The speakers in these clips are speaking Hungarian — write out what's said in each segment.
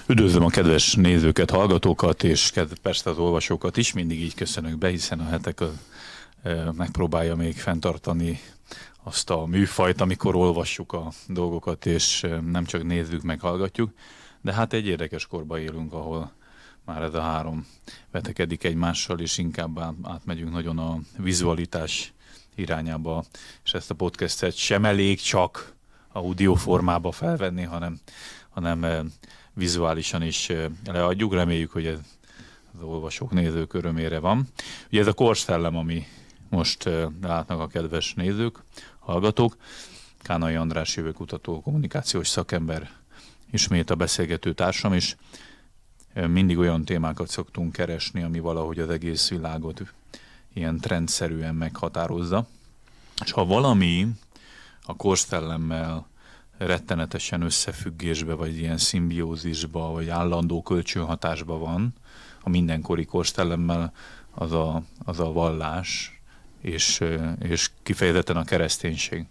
Üdvözlöm a kedves nézőket, hallgatókat, és persze az olvasókat is. Mindig így köszönök be, hiszen a hetek megpróbálja még fenntartani azt a műfajt, amikor olvassuk a dolgokat, és nem csak nézzük, meg hallgatjuk. De hát egy érdekes korban élünk, ahol már ez a három vetekedik egymással, és inkább átmegyünk nagyon a vizualitás irányába, és ezt a podcastet sem elég csak audio formába felvenni, hanem vizuálisan is leadjuk. Reméljük, hogy ez az olvasók, nézők örömére van. Ugye ez a korszellem, ami most látnak a kedves nézők, hallgatók. Kánai András jövőkutató, kommunikációs szakember, ismét a beszélgető társam, és mindig olyan témákat szoktunk keresni, ami valahogy az egész világot ilyen trendszerűen meghatározza. És ha valami a korszellemmel rettenetesen összefüggésbe, vagy ilyen szimbiózisba, vagy állandó kölcsönhatásba van a mindenkori korszellemmel, az a vallás, és kifejezetten a kereszténység.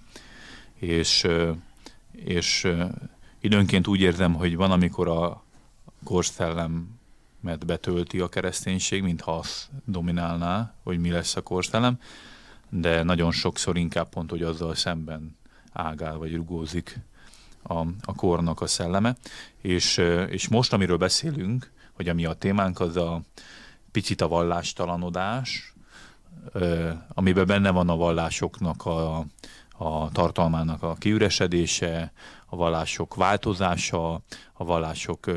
És időnként úgy érzem, hogy van, amikor a korszellemet betölti a kereszténység, mintha azt dominálná, hogy mi lesz a korszellem, de nagyon sokszor inkább pont, hogy azzal szemben ágál, vagy rugózik a kornak a szelleme. És most, amiről beszélünk, hogy ami a témánk, az a picit a vallástalanodás, amiben benne van a vallásoknak a tartalmának a kiüresedése, a vallások változása, a vallások,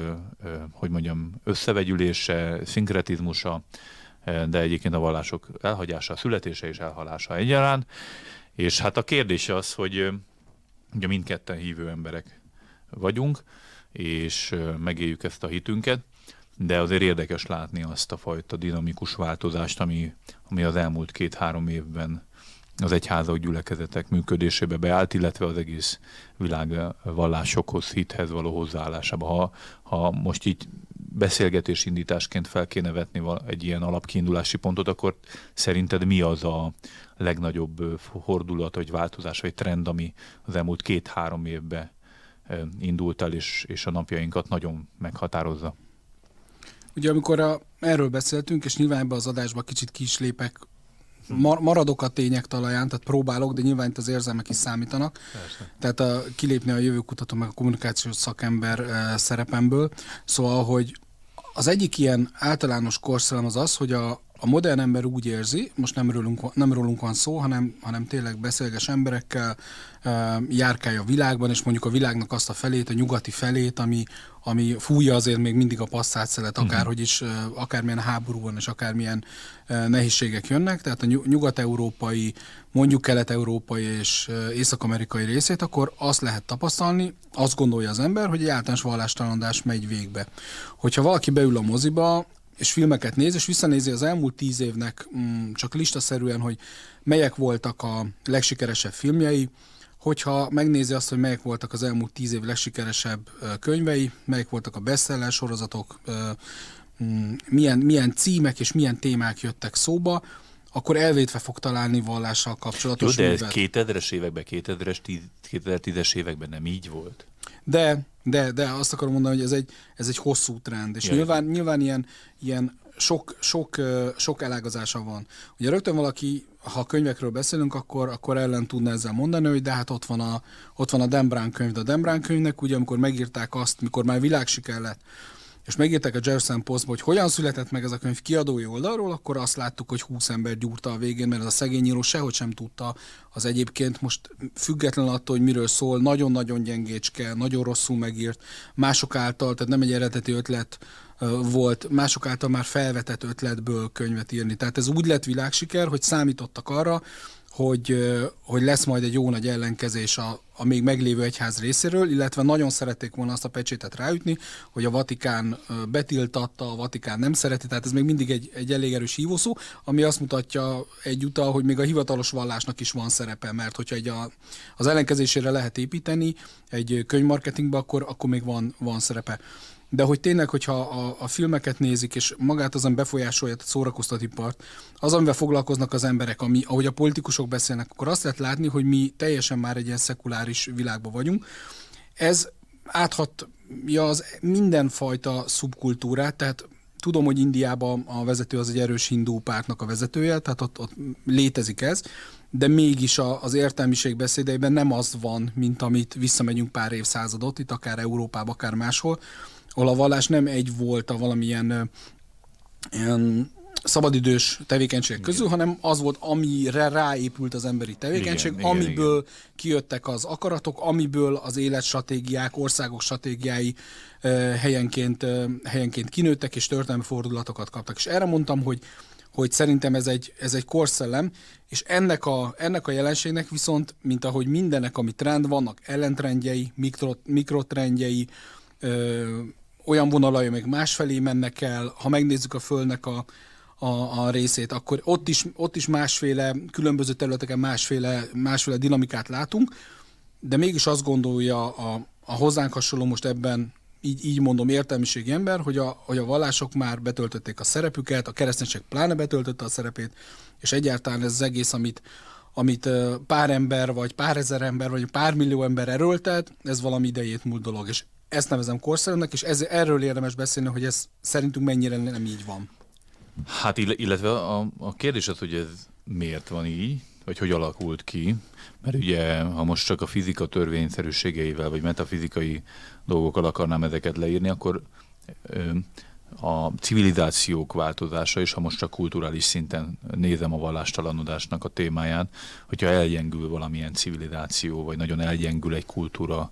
összevegyülése, szinkretizmusa, de egyébként a vallások elhagyása, születése és elhalása egyaránt. És hát a kérdés az, hogy ugye mindketten hívő emberek vagyunk, és megéljük ezt a hitünket, de azért érdekes látni azt a fajta dinamikus változást, ami az elmúlt 2-3 évben az egyházak, gyülekezetek működésébe beállt, illetve az egész világ vallásokhoz, hithez való hozzáállásába. Ha most így beszélgetésindításként fel kéne vetni egy ilyen alapkiindulási pontot, akkor szerinted mi az a legnagyobb fordulat, vagy változás, vagy trend, ami az elmúlt 2-3 évben indult el, és a napjainkat nagyon meghatározza? Ugye amikor erről beszéltünk, és nyilván ebbe az adásba kicsit ki is lépek, maradok a tények talaján, tehát próbálok, de nyilván itt az érzelmek is számítanak. Persze. Tehát kilépni a jövőkutató, meg a kommunikációs szakember szerepemből. Szóval, hogy az egyik ilyen általános korszellem az, hogy a modern ember úgy érzi, most nem rólunk van szó, hanem tényleg beszélges emberekkel, járkálja a világban, és mondjuk a világnak azt a felét, a nyugati felét, ami fújja azért még mindig a passzát akárhogy is, akármilyen háborúban és akármilyen nehézségek jönnek, tehát a nyugat-európai, mondjuk kelet-európai és észak-amerikai részét, akkor azt lehet tapasztalni, azt gondolja az ember, hogy egy általános vallástalanodás megy végbe. Hogyha valaki beül a moziba, és filmeket néz, és visszanézi az elmúlt 10 évnek csak listaszerűen, hogy melyek voltak a legsikeresebb filmjei, hogyha megnézi azt, hogy melyek voltak az elmúlt 10 év legsikeresebb könyvei, melyek voltak a bestseller sorozatok, milyen címek és milyen témák jöttek szóba, akkor elvétve fog találni vallással kapcsolatos. Jó, de ez 2000-es években, 2010-es években nem így volt. De azt akarom mondani, hogy ez egy hosszú trend, és nyilván ilyen sok elágazása van. Ugye rögtön valaki, ha könyvekről beszélünk, akkor ellen tudna ezzel mondani, hogy de hát ott van a Dan Brown könyv. De a Dan Brown könyvnek ugye, amikor megírták azt, mikor már világsiker lett, és megírták a Jerusalem Postba, hogy hogyan született meg ez a könyv kiadói oldalról, akkor azt láttuk, hogy 20 ember gyúrta a végén, mert ez a szegény író sehogy sem tudta az egyébként most független attól, hogy miről szól, nagyon-nagyon gyengécske, nagyon rosszul megírt, mások által, tehát nem egy eredeti ötlet volt, mások által már felvetett ötletből könyvet írni. Tehát ez úgy lett világsiker, hogy számítottak arra, hogy lesz majd egy jó nagy ellenkezés a még meglévő egyház részéről, illetve nagyon szerették volna azt a pecsétet ráütni, hogy a Vatikán betiltatta, a Vatikán nem szereti, tehát ez még mindig egy elég erős hívószó, ami azt mutatja egyúttal, hogy még a hivatalos vallásnak is van szerepe, mert hogyha az ellenkezésére lehet építeni egy könyvmarketingbe, akkor még van szerepe. De hogy tényleg, hogyha a filmeket nézik, és magát azon befolyásolja a szórakoztatipart, az, amivel foglalkoznak az emberek, ahogy a politikusok beszélnek, akkor azt lehet látni, hogy mi teljesen már egy ilyen szekuláris világban vagyunk. Ez áthat az mindenfajta szubkultúrát, tehát tudom, hogy Indiában a vezető az egy erős hindu pártnak a vezetője, tehát ott létezik ez, de mégis az értelmiség beszédeiben nem az van, mint amit visszamegyünk pár évszázadot, itt akár Európában, akár máshol, ahol a vallás nem egy volt a valamilyen ilyen szabadidős tevékenységek közül, hanem az volt, amire ráépült az emberi tevékenység, amiből kijöttek az akaratok, amiből az életstratégiák, országok stratégiái helyenként kinőttek, és történelmi fordulatokat kaptak. És erre mondtam, hogy szerintem ez egy korszellem, és ennek a jelenségnek viszont, mint ahogy mindennek, ami trend, vannak ellentrendjei, mikrotrendjei, olyan vonalai, amik másfelé mennek el. Ha megnézzük a Földnek a részét, akkor ott is másféle, különböző területeken másféle dinamikát látunk, de mégis azt gondolja a hozzánk hasonló, most ebben így mondom, értelmiségi ember, hogy a vallások már betöltötték a szerepüket, a kereszténység pláne betöltötte a szerepét, és egyáltalán ez az egész, amit pár ember, vagy pár ezer ember, vagy pár millió ember erőltet, ez valami idejét múlt dolog, és ezt nevezem korszerűnek, és erről érdemes beszélni, hogy ez szerintünk mennyire nem így van. Hát illetve a kérdés az, hogy ez miért van így, vagy hogy alakult ki, mert ugye, ha most csak a fizika törvényszerűségeivel, vagy metafizikai dolgokkal akarnám ezeket leírni, akkor a civilizációk változása, és ha most csak kulturális szinten nézem a vallástalanodásnak a témáját, hogyha elgyengül valamilyen civilizáció, vagy nagyon elgyengül egy kultúra,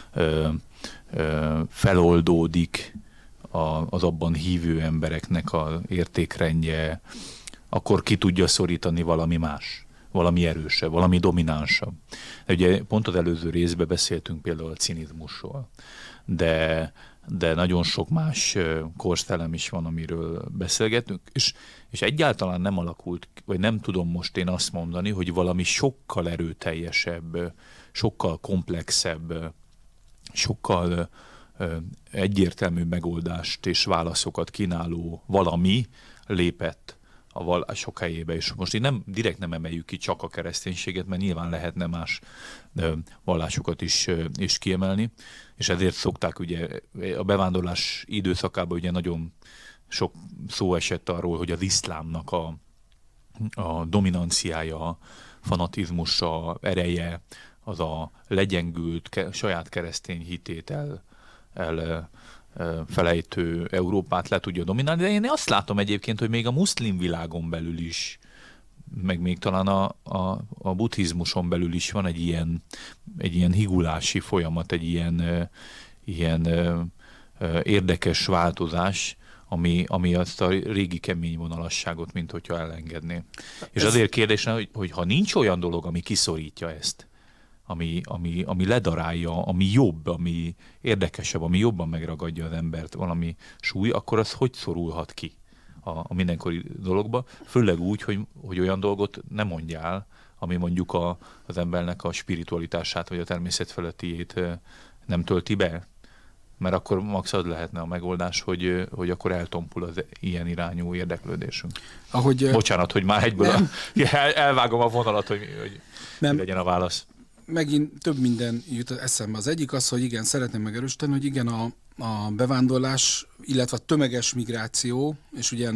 feloldódik az abban hívő embereknek az értékrendje, akkor ki tudja szorítani valami más, valami erősebb, valami dominánsabb. De ugye pont az előző részben beszéltünk például a cinizmusról, de nagyon sok más korszellem is van, amiről beszélgetünk, és egyáltalán nem alakult, vagy nem tudom most én azt mondani, hogy valami sokkal erőteljesebb, sokkal komplexebb, sokkal egyértelmű megoldást és válaszokat kínáló valami lépett a vallások helyébe. És most én direkt nem emeljük ki csak a kereszténységet, mert nyilván lehetne más vallásokat is kiemelni, és ezért szokták ugye a bevándorlás időszakában ugye nagyon sok szó esett arról, hogy az iszlámnak a dominanciája, fanatizmusa, ereje, az a legyengült saját keresztény hitét felejtő Európát le tudja dominálni, de én azt látom egyébként, hogy még a muszlim világon belül is, meg még talán a buddhizmuson belül is van egy ilyen higulási folyamat, egy ilyen érdekes változás, ami azt a régi kemény vonalasságot, mint hogyha elengedné. És azért kérdésem, hogy ha nincs olyan dolog, ami kiszorítja ezt, ami ledarálja, ami jobb, ami érdekesebb, ami jobban megragadja az embert, valami súly, akkor az hogy szorulhat ki a mindenkori dologba? Főleg úgy, hogy olyan dolgot nem mondjál, ami mondjuk az embernek a spiritualitását, vagy a természet felettiét nem tölti be. Mert akkor max az lehetne a megoldás, hogy akkor eltompul az ilyen irányú érdeklődésünk. Bocsánat, hogy már egyből elvágom a vonalat, hogy mi legyen a válasz. Megint több minden jut eszembe. Az egyik az, hogy igen, szeretném megerősíteni, hogy igen, a bevándorlás, illetve a tömeges migráció, és ugye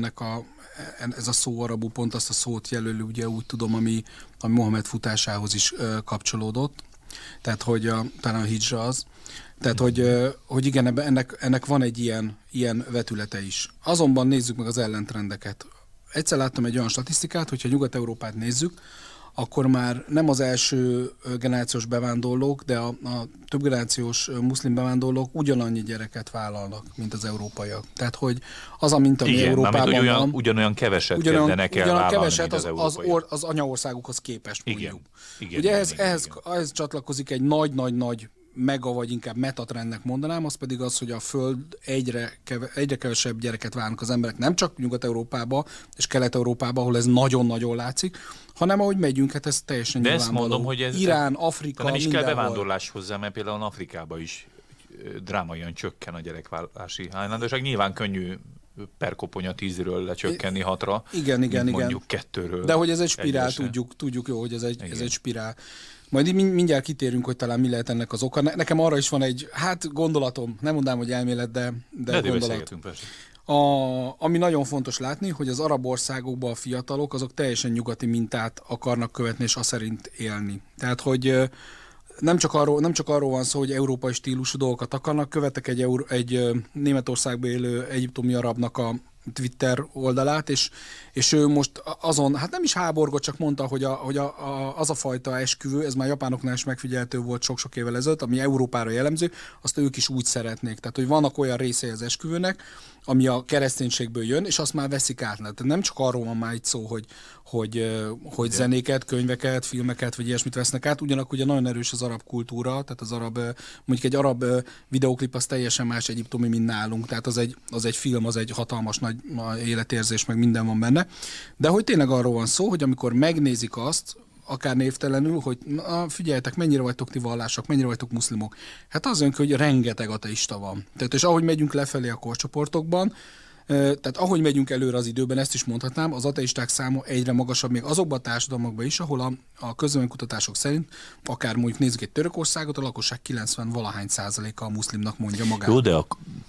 ez a szó arabul pont azt a szót jelöli, ugye úgy tudom, ami Mohamed futásához is kapcsolódott. Tehát, hogy talán a hijra az. Tehát, hogy igen, ennek van egy ilyen vetülete is. Azonban nézzük meg az ellentrendeket. Egyszer láttam egy olyan statisztikát, hogyha Nyugat-Európát nézzük, akkor már nem az első generációs bevándorlók, de a több generációs muszlim bevándorlók ugyanannyi gyereket vállalnak, mint az európaiak. Tehát, hogy az, mint ami Európában van... Ugyanolyan keveset kezdenek el vállalni, keveset mint az anyaországukhoz képest, mondjuk. Igen, ugye ehhez csatlakozik egy nagy-nagy mega, vagy inkább metatrendnek mondanám, az pedig az, hogy a Föld egyre kevesebb gyereket várnak az emberek, nem csak Nyugat-Európába és Kelet-Európába, ahol ez nagyon-nagyon látszik, hanem ahoahogy megyünk, hát ez teljesen nyilvánvaló. De ezt mondom, hogy Irán, Afrika, nem is mindenhol. Kell bevándorlás hozzá, mert például Afrikában is drámaian csökken a gyerekvállalási hajlandóság. Nyilván könnyű per koponya 10-ről lecsökkenni 6-ra, igen. mondjuk 2-ről. De hogy ez egy spirál, tudjuk jó, hogy ez egy spirál. Majd mindjárt kitérünk, hogy talán mi lehet ennek az oka. Nekem arra is van egy, gondolatom, nem mondám, hogy elmélet, de gondolat. Ami nagyon fontos látni, hogy az arab országokban a fiatalok, azok teljesen nyugati mintát akarnak követni, és azt szerint élni. Tehát, hogy nem csak arról van szó, hogy európai stílusú dolgokat akarnak, követek egy Németországban élő egyiptomi arabnak a Twitter oldalát, és ő most azon, nem is háborgott, csak mondta, hogy az a fajta esküvő, ez már japánoknál is megfigyelhető volt sok-sok évvel ezelőtt, ami Európára jellemző, azt ők is úgy szeretnék. Tehát, hogy vannak olyan részei az esküvőnek, ami a kereszténységből jön, és azt már veszik át. Tehát nem csak arról van már itt szó, hogy zenéket, könyveket, filmeket, vagy ilyesmit vesznek át, ugyanakkor ugye nagyon erős az arab kultúra, tehát az arab, mondjuk egy arab videóklip az teljesen más egyiptomi, mint nálunk, tehát az egy film, az egy hatalmas nagy életérzés, meg minden van benne. De hogy tényleg arról van szó, hogy amikor megnézik azt, akár névtelenül, hogy figyeljetek, mennyire vagytok ti vallások, mennyire vagytok muszlimok. Hát az jön ki, hogy rengeteg ateista van. Tehát, és ahogy megyünk lefelé a korcsoportokban, tehát ahogy megyünk előre az időben, ezt is mondhatnám, az ateisták száma egyre magasabb még azokban a társadalmakban is, ahol a közvéleménykutatások szerint, akár mondjuk nézzük egy Törökországot, a lakosság 90-valahány% a muszlimnak mondja magát. Jó, de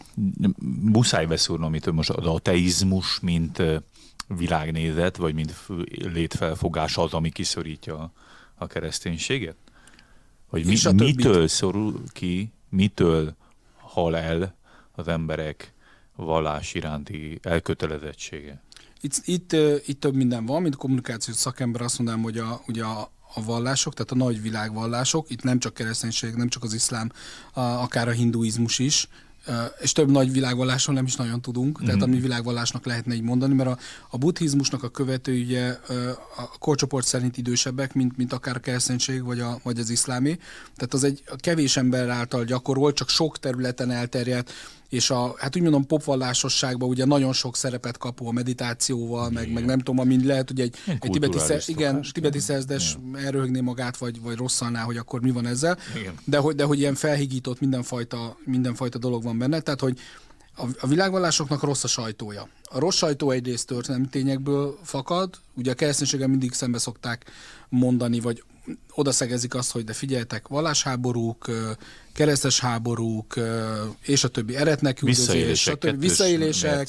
muszáj beszúrnom itt, most az ateizmus, mint világnézet, vagy mint létfelfogás az, ami kiszorítja a kereszténységet? Vagy mitől szorul ki, mitől hal el az emberek vallás iránti elkötelezettsége? Itt több minden van, mint kommunikációs szakember azt mondanám, hogy ugye a vallások, tehát a nagy világvallások, itt nem csak kereszténység, nem csak az iszlám, akár a hinduizmus is, és több nagy világvallásról nem is nagyon tudunk, tehát a mi világvallásnak lehetne így mondani, mert a buddhizmusnak a követői ugye a korcsoport szerint idősebbek, mint akár a kereszténység vagy az iszlámé, tehát az egy kevés ember által gyakorolt, csak sok területen elterjedt, és hát úgy mondom, popvallásosságban ugye nagyon sok szerepet kapó a meditációval, meg nem tudom, ami lehet, hogy egy tibeti szerzetes elröhögné magát, vagy rosszalná, hogy akkor mi van ezzel, de hogy ilyen felhigított mindenfajta dolog van benne, tehát hogy a világvallásoknak rossz a sajtója. A rossz sajtó egyrészt történelmi tényekből fakad, ugye a kereszténységgel mindig szembe szokták mondani, vagy oda szegezik azt, hogy de figyeljetek, vallásháborúk, keresztes háborúk, és a többi eretneküldözés, visszaélések,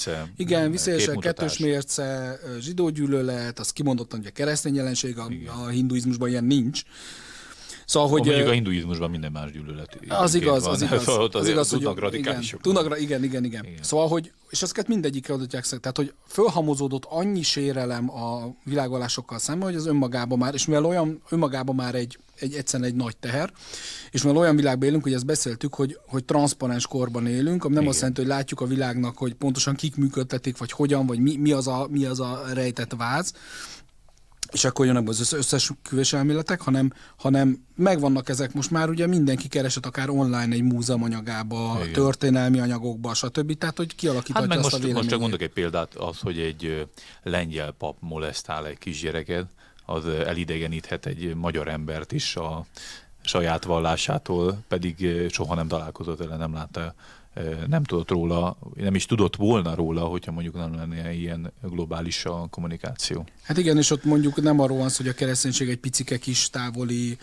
kettős mérce, zsidógyűlölet, az kimondottan, hogy a keresztény jelenség, a hinduizmusban ilyen nincs. Szóval, hogy mondjuk a hinduizmusban minden más gyűlölet. Az igaz, tudnak radikálisok. Igen. Szóval, hogy, és ezeket mindegyikre adatják, tehát, hogy fölhamozódott annyi sérelem a világvallásokkal szemben, hogy az önmagában már, és mivel önmagában már egyszerűen egy nagy teher, és mivel olyan világban élünk, hogy ezt beszéltük, hogy transzparens korban élünk, ami nem azt jelenti, hogy látjuk a világnak, hogy pontosan kik működtetik, vagy hogyan, vagy mi az a rejtett váz, és akkor jönnek az összesküvés elméletek, hanem megvannak ezek most már, ugye mindenki keresett akár online egy múzeum anyagába, történelmi anyagokba, stb. Tehát, hogy kialakíthatja azt a véleményét. Most csak mondok egy példát, az, hogy egy lengyel pap molesztál egy kisgyereket, az elidegeníthet egy magyar embert is a saját vallásától, pedig soha nem találkozott vele, nem látta, nem tudott róla, nem is tudott volna róla, hogyha mondjuk nem lenne ilyen globális a kommunikáció. Hát igen, és ott mondjuk nem arról van szó, hogy a kereszténység egy picike kis távoli,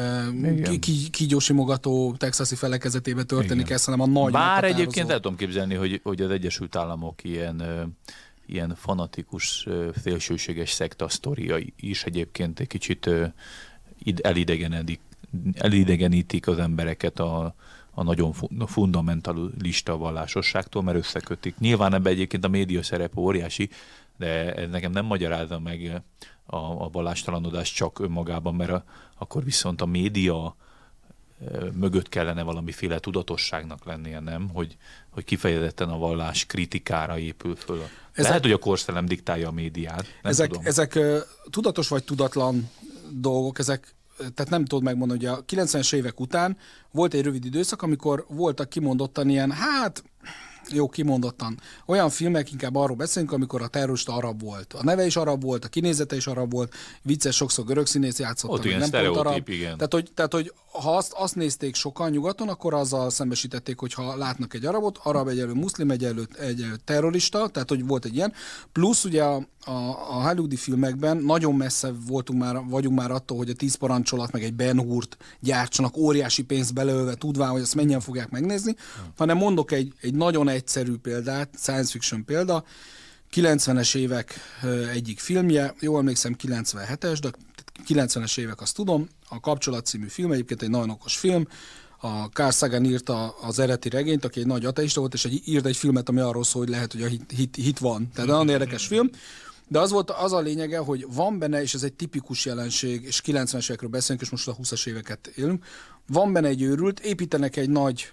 kígyósimogató texasi felekezetében történik ez, hanem a nagy bár egyébként el tudom képzelni, hogy az Egyesült Államok ilyen fanatikus, szélsőséges szekta sztoria is egyébként egy kicsit elidegenítik az embereket a nagyon fundamentalista vallásosságtól, mert összekötik. Nyilván ebben egyébként a média szerep óriási, de ez nekem nem magyarázza meg a vallástalanodás csak önmagában, mert akkor viszont a média mögött kellene valamiféle tudatosságnak lennie, nem? Hogy kifejezetten a vallás kritikára épül föl. Lehet, hogy a korszellem diktálja a médiát. Ezek tudatos vagy tudatlan dolgok, tehát nem tudod megmondani, hogy a 90-es évek után volt egy rövid időszak, amikor voltak kimondottan ilyen, jó, kimondottan. Olyan filmek, inkább arról beszélünk, amikor a terrorista arab volt. A neve is arab volt, a kinézete is arab volt, vicces, sokszor görög színész játszott. Ott ilyen sztereotíp, igen. Tehát, hogy ha azt nézték sokan nyugaton, akkor azzal szembesítették, hogy ha látnak egy arabot, arab egyenlő muszlim, egyenlő terrorista, tehát hogy volt egy ilyen. Plusz ugye a hollywoodi filmekben nagyon messze vagyunk már attól, hogy a 10 parancsolat meg egy Ben Hurt gyártsanak óriási pénzt belőve, tudván, hogy ezt mennyien fogják megnézni, hanem mondok egy nagyon egyszerű példát, science fiction példa, 90-es évek egyik filmje, jól emlékszem 97-es, de 90-es évek azt tudom, a Kapcsolat című film, egyébként egy nagyon okos film, a Carl Sagan írta az eredeti regényt, aki egy nagy ateista volt, és írt egy filmet, ami arról szól, hogy lehet, hogy a hit van. Tehát nagyon érdekes film. De az a lényege, hogy van benne, és ez egy tipikus jelenség, és 90-es évekről beszélünk, és most a 20-as éveket élünk, van benne egy őrült, építenek egy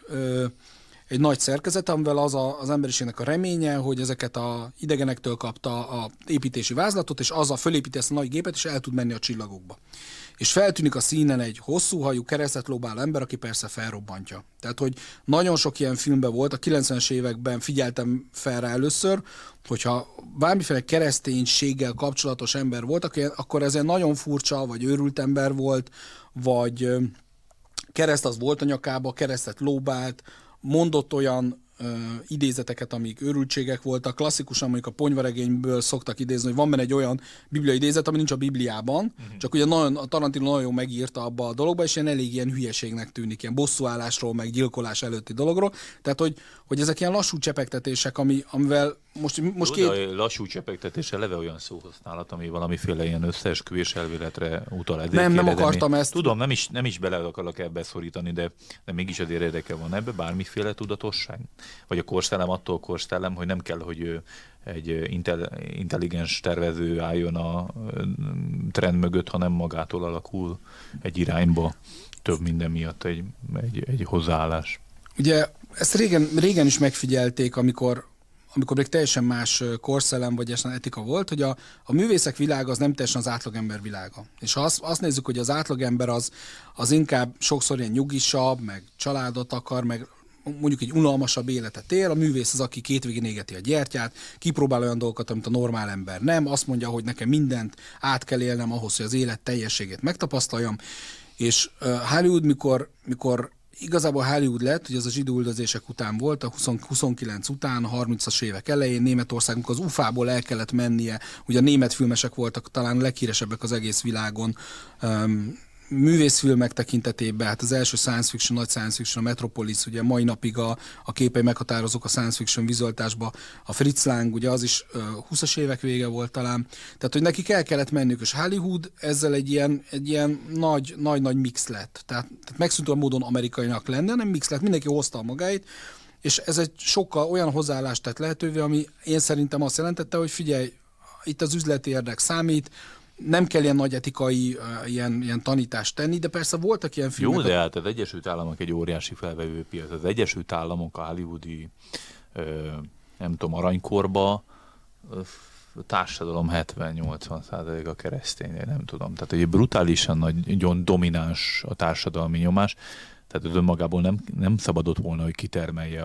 nagy szerkezet, amivel az emberiségnek a reménye, hogy ezeket a idegenektől kapta a építési vázlatot, és azzal fölépíti ezt a nagy gépet, és el tud menni a csillagokba. És feltűnik a színen egy hosszú hajú, keresztet lóbáló ember, aki persze felrobbantja. Tehát, hogy nagyon sok ilyen filmben volt, a 90-es években figyeltem fel rá először, hogyha bármiféle kereszténységgel kapcsolatos ember volt, akkor ez egy nagyon furcsa, vagy őrült ember volt, vagy kereszt az volt a nyakába, keresztet lóbált, mondott olyan idézeteket, amik őrültségek voltak. Klasszikusan mondjuk a Ponyvaregényből szoktak idézni, hogy van benne egy olyan bibliai idézet, ami nincs a Bibliában, csak ugye a Tarantino nagyon jól megírta abba a dologba, és elég ilyen hülyeségnek tűnik, ilyen bosszúállásról, meg gyilkolás előtti dologról. Tehát, hogy ezek ilyen lassú csepegtetések, amivel most a lassú csepegtetés eleve olyan szóhasználat, ami valamiféle ilyen összeesküvés elvéletre utal. Nem akartam ezt. Tudom, nem is bele akarok ebbe szorítani, de mégis azért érdekel van ebbe bármiféle tudatosság? Vagy a korszellem attól korszellem, hogy nem kell, hogy egy intelligens tervező álljon a trend mögött, hanem magától alakul egy irányba több minden miatt egy hozzáállás. Ugye ezt régen is megfigyelték, amikor még teljesen más korszellem vagy etika volt, hogy a művészek világa az nem teljesen az átlagember világa. És ha azt nézzük, hogy az átlagember az inkább sokszor ilyen nyugisabb, meg családot akar, meg mondjuk egy unalmasabb életet él, a művész az, aki két végén égeti a gyertyát, kipróbál olyan dolgokat, amit a normál ember nem, azt mondja, hogy nekem mindent át kell élnem ahhoz, hogy az élet teljességét megtapasztaljam, és Hollywood, mikor igazából Hollywood lett, hogy az a zsidó üldözések után volt, a 29 után, a 30-as évek elején Németországnak az UFA-ból el kellett mennie, ugye a német filmesek voltak talán a leghíresebbek az egész világon, művészfilmek tekintetében, hát az első science fiction, nagy science fiction, a Metropolis, ugye mai napig a képei meghatározók a science fiction vizualitásba, a Fritz Lang, ugye az is 20-as évek vége volt talán, tehát hogy nekik el kellett menniük, és Hollywood ezzel egy ilyen nagy mix lett, tehát megszűnt a módon amerikainak lenni, hanem mix lett, mindenki hozta a magáit, és ez egy sokkal olyan hozzáállást tett lehetővé, ami én szerintem azt jelentette, hogy figyelj, itt az üzleti érdek számít, nem kell ilyen nagy etikai ilyen tanítást tenni, de persze voltak ilyen filmek. Jó, de hát az Egyesült Államok egy óriási felvevő piac. Az Egyesült Államok a hollywoodi, nem tudom, aranykorba a társadalom 70-80% a keresztény, nem tudom. Tehát egy brutálisan nagyon domináns a társadalmi nyomás, tehát az önmagából nem szabadott volna, hogy kitermelje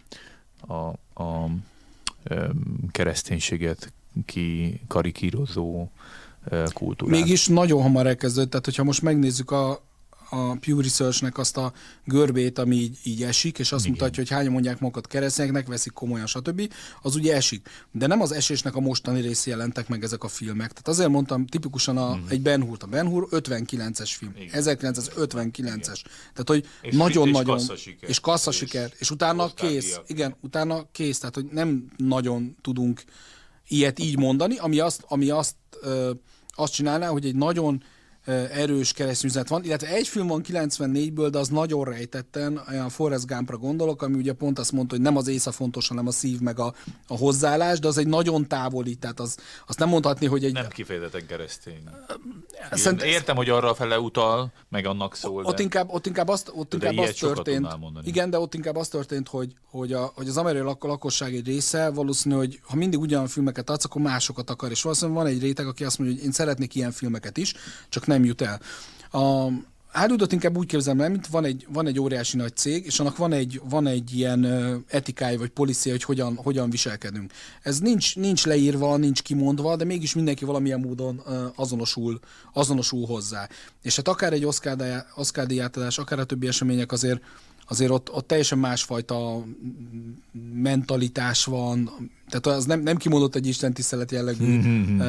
a kereszténységet kikarikírozó kultúrát. Mégis nagyon hamar elkezdődött, tehát hogyha most megnézzük a Pew Research-nek azt a görbét, ami így esik, és azt mutatja, hogy hányan mondják magukat keresztényeknek, veszik komolyan, stb., az ugye esik. De nem az esésnek a mostani rész jelentek meg ezek a filmek. Tehát azért mondtam tipikusan egy Ben Hurt. A Ben Hur 59-es film. Igen. 1959-es. Tehát, hogy nagyon-nagyon... És kasszasiker. És utána kész. Igen, utána kész. Tehát, hogy nem nagyon tudunk ilyet így mondani, ami azt csinálná, hogy egy nagyon erős keresztény üzenet van, illetve egy film van 94-ből, de az nagyon rejtetten, olyan Forrest Gumpra gondolok, ami ugye pont azt mondta, hogy nem az ész a fontos, hanem a szív meg a hozzáállás, de az egy nagyon távoli, tehát azt nem mondhatni, hogy egy... Nem kifejezetten keresztény. Értem, hogy arra fele utal, meg annak szól, ott inkább az történt. Igen, de ott inkább az történt, hogy az amerikai lakosság egy része valószínű, hogy ha mindig ugyanolyan filmeket adsz, akkor másokat akar, és valószínűleg van egy réteg, aki azt mondja, hogy én szeretnék ilyen filmeket is, csak nem jut el. Hollywoodot inkább úgy képzelem el, mint van egy óriási nagy cég, és annak van egy ilyen etikája, vagy policia, hogy hogyan viselkedünk. Ez nincs leírva, nincs kimondva, de mégis mindenki valamilyen módon azonosul hozzá. És hát akár egy Oscar-díj átadás, akár a többi események azért ott teljesen másfajta mentalitás van, tehát az nem kimondott egy istentisztelet jellegű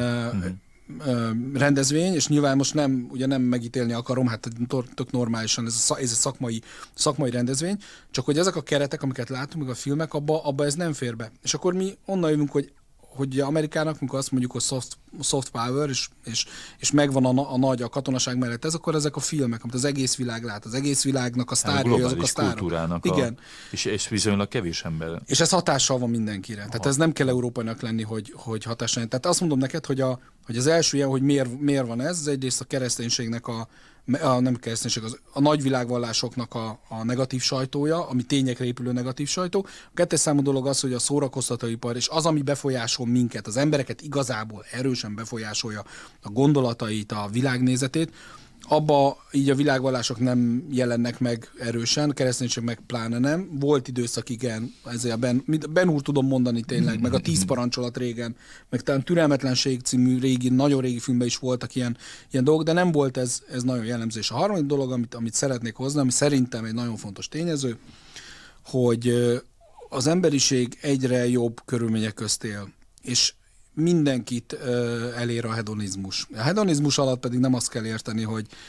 rendezvény, és nyilván most nem megítélni akarom, hát tök normálisan ez egy szakmai rendezvény, csak hogy ezek a keretek, amiket látunk, meg a filmek, abba ez nem fér be. És akkor mi onnan jövünk, hogy Amerikának, amikor azt mondjuk, hogy soft power, és megvan a katonaság mellett ez, akkor ezek a filmek, amit az egész világ lát, az egész világnak a sztárjai, azok a sztárok. Kultúrának igen. És viszonylag kevés ember. És ez hatással van mindenkire. Tehát ez nem kell európainak lenni, hogy hatással. Tehát azt mondom neked, hogy az első ilyen, hogy miért van ez egyrészt a kereszténységnek nem kereszténység, a nagyvilágvallásoknak a negatív sajtója, ami tényekre épülő negatív sajtó. A kettes számú dolog az, hogy a szórakoztatóipar, és az, ami befolyásol minket, az embereket igazából erősen befolyásolja a gondolatait, a világnézetét, abba így a világvallások nem jelennek meg erősen, a kereszténység meg pláne nem. Volt időszak, igen, ezért Ben úr tudom mondani tényleg, meg a 10 parancsolat régen, meg talán Türelmetlenség című nagyon régi filmben is voltak ilyen dolgok, de nem volt ez nagyon jellemző. És a harmadik dolog, amit szeretnék hozni, ami szerintem egy nagyon fontos tényező, hogy az emberiség egyre jobb körülmények közt él, és mindenkit elér a hedonizmus. A hedonizmus alatt pedig nem azt kell érteni,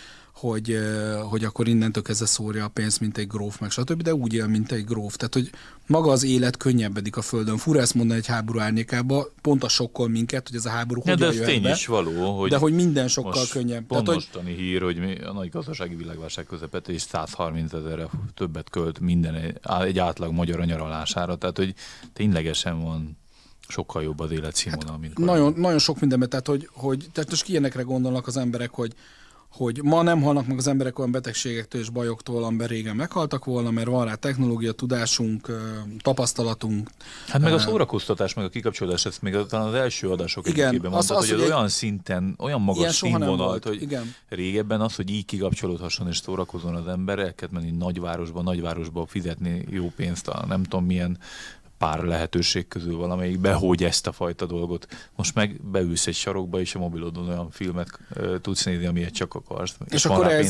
hogy akkor innentől kezdve szórja a pénzt, mint egy gróf, meg stb., de úgy él, mint egy gróf. Tehát, hogy maga az élet könnyebbedik a földön. Fura ezt mondani egy háború árnyékába, pont a sokkol minket, hogy ez a háború hogyan jöhet be. De ez tény is való, hogy de hogy minden sokkal könnyebb. Pont tehát, mostani hír, hogy a nagy gazdasági világválság közepette és 130 000-re többet költ egy átlag magyar a nyaralására. Tehát, hogy ténylegesen van sokkal jobb az életszínvonal, mint nagyon sok mindenben, tehát most ilyenekre gondolnak az emberek, hogy ma nem halnak meg az emberek olyan betegségektől és bajoktól, amiben régen meghaltak volna, mert van rá technológia, tudásunk, tapasztalatunk. Hát meg a szórakoztatás, meg a kikapcsolódás, ezt még talán az első adások egyikében mondtad, hogy olyan szinten, olyan magas színvonalt, hogy igen. Régebben az, hogy így kikapcsolódhasson és szórakozzon az ember, el kellett menni nagyvárosba fizetni jó pénzt a nem tudom milyen pár lehetőség közül valamelyikbe, hogy ezt a fajta dolgot. Most meg beülsz egy sarokba, és a mobilodon olyan filmet tudsz nézni, amilyet csak akarsz. És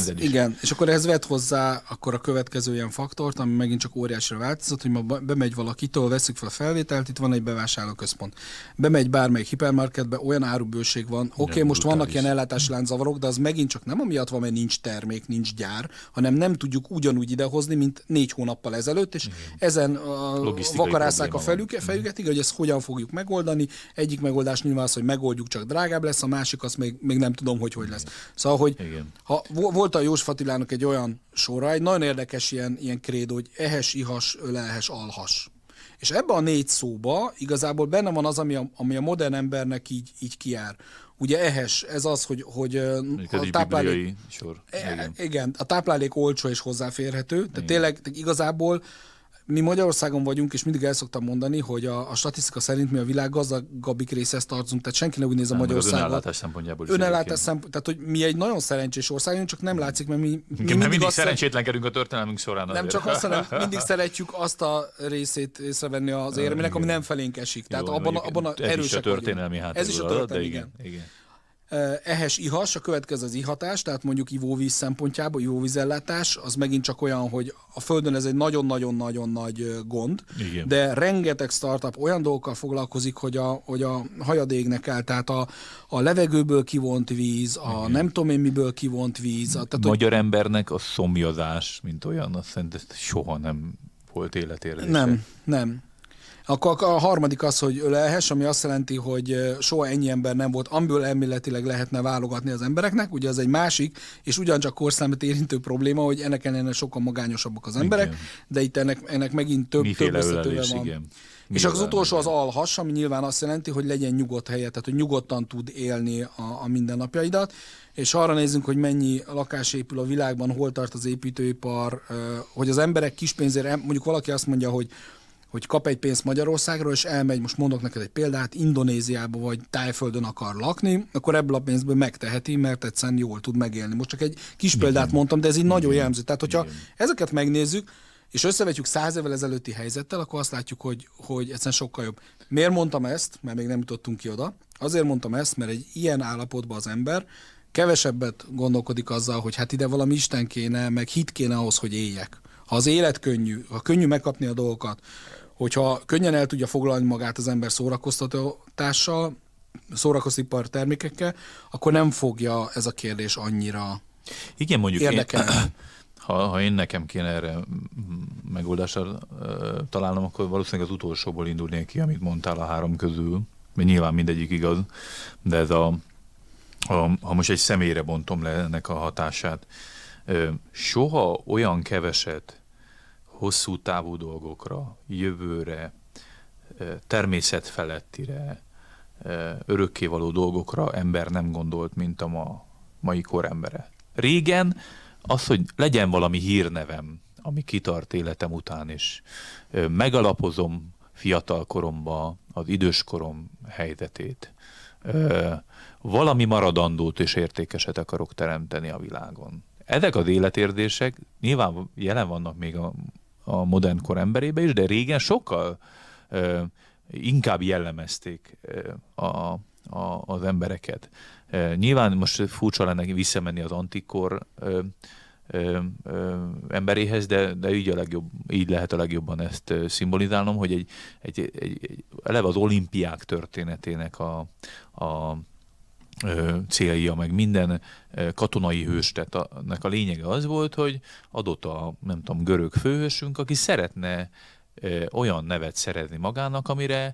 akkor ez vett hozzá akkor a következő ilyen faktort, ami megint csak óriásra változott, hogy ma bemegy valakitől, veszük fel a felvételt, itt van egy bevásárlóközpont. Bemegy bármelyik hipermarketbe, olyan árubőség van. Oké, most vannak ilyen ellátási lánczavarok, de az megint csak nem amiatt van, mert nincs termék, nincs gyár, hanem nem tudjuk ugyanúgy idehozni, mint 4 hónappal ezelőtt, és ezen vakarász a fejüket, igen, hogy ezt hogyan fogjuk megoldani. Egyik megoldás nyilván az, hogy megoldjuk, csak drágább lesz, a másik az még nem tudom, hogy lesz. Szóval, hogy ha volt a József Attilának egy olyan sora, egy nagyon érdekes ilyen krédó, hogy ehes, ihas, ölelhes, alhas. És ebben a 4 szóba igazából benne van az, ami a modern embernek így kijár. Ugye ehes, ez az, hogy a táplálék... Sor. Igen, a táplálék olcsó és hozzáférhető. Tehát tényleg igazából mi Magyarországon vagyunk, és mindig el szoktam mondani, hogy a statisztika szerint mi a világ gazdagabbik részhez tartozunk, tehát senki ne úgy néz a Magyarországot. Önellátás szempontjából is. Tehát, hogy mi egy nagyon szerencsés ország, csak nem látszik, mert mi mindig szerencsétlenkedünk a történelmünk során. Nem azért. Csak azt, hanem mindig szeretjük azt a részét észrevenni az érmének, ami nem felénk esik. Tehát jó, abban erősek Ez is a történelmi háttér. Ez is a történelmi, igen. Ehes, ihas, a következő az ihatás, tehát mondjuk ivóvíz szempontjából, ivóvízellátás, az megint csak olyan, hogy a Földön ez egy nagyon-nagyon-nagyon nagy gond, igen. De rengeteg startup olyan dolgokkal foglalkozik, hogy a hajad égnek el, tehát a levegőből kivont víz, a nem tudom én miből kivont víz. Tehát, magyar embernek a szomjazás, mint olyan, azt szerintem soha nem volt életérzése. Nem. Akkor a harmadik az, hogy ölelhes, ami azt jelenti, hogy soha ennyi ember nem volt, amiből elméletileg lehetne válogatni az embereknek. Ugye az egy másik, és ugyancsak korszámet érintő probléma, hogy ennek ellenére sokkal magányosabbak az emberek, igen. De itt ennek megint több összetőve van. Igen. És az utolsó az alhas, ami nyilván azt jelenti, hogy legyen nyugodt helye, tehát hogy nyugodtan tud élni a mindennapjaidat. És arra nézzünk, hogy mennyi lakás épül a világban, hol tart az építőipar, hogy az emberek kispénzére, mondjuk valaki azt mondja, hogy hogy kap egy pénzt Magyarországról, és elmegy, most mondok neked egy példát, Indonéziába vagy Tájföldön akar lakni, akkor ebből a pénzből megteheti, mert egyszerűen jól tud megélni. Most csak egy kis példát mondtam, de ez így nagyon jellemző. Tehát, hogyha ezeket megnézzük, és összevetjük 100 évvel ezelőtti helyzettel, akkor azt látjuk, hogy egyszerűen sokkal jobb. Miért mondtam ezt? Mert még nem jutottunk ki oda. Azért mondtam ezt, mert egy ilyen állapotban az ember kevesebbet gondolkodik azzal, hogy hát ide valami Isten kéne, meg hit kéne ahhoz, hogy éljek. Ha az élet könnyű, ha könnyű megkapni a dolgokat, hogyha könnyen el tudja foglalni magát az ember szórakoztatással, szórakoztatipar termékekkel, akkor nem fogja ez a kérdés annyira érdekelni. Ha én nekem kéne erre megoldásra találnom, akkor valószínűleg az utolsóból indulnék ki, amit mondtál a 3 közül. Mert nyilván mindegyik igaz, de ez ha most egy személyre bontom le ennek a hatását, soha olyan keveset hosszú távú dolgokra, jövőre, természetfelettire, örökkévaló dolgokra ember nem gondolt, mint a mai korembere. Régen az, hogy legyen valami hírnevem, ami kitart életem után is, megalapozom fiatal koromba az időskorom helyzetét, valami maradandót és értékeset akarok teremteni a világon. Ezek az életérzések nyilván jelen vannak még a modern kor emberébe is, de régen sokkal inkább jellemezték az embereket. Nyilván most furcsa lenne visszamenni az antikor emberéhez, de így lehet a legjobban ezt szimbolizálnom, hogy eleve az olimpiák történetének a célja, meg minden katonai hőstetnek a lényege az volt, hogy adott nem tudom, görög főhősünk, aki szeretne olyan nevet szerezni magának, amire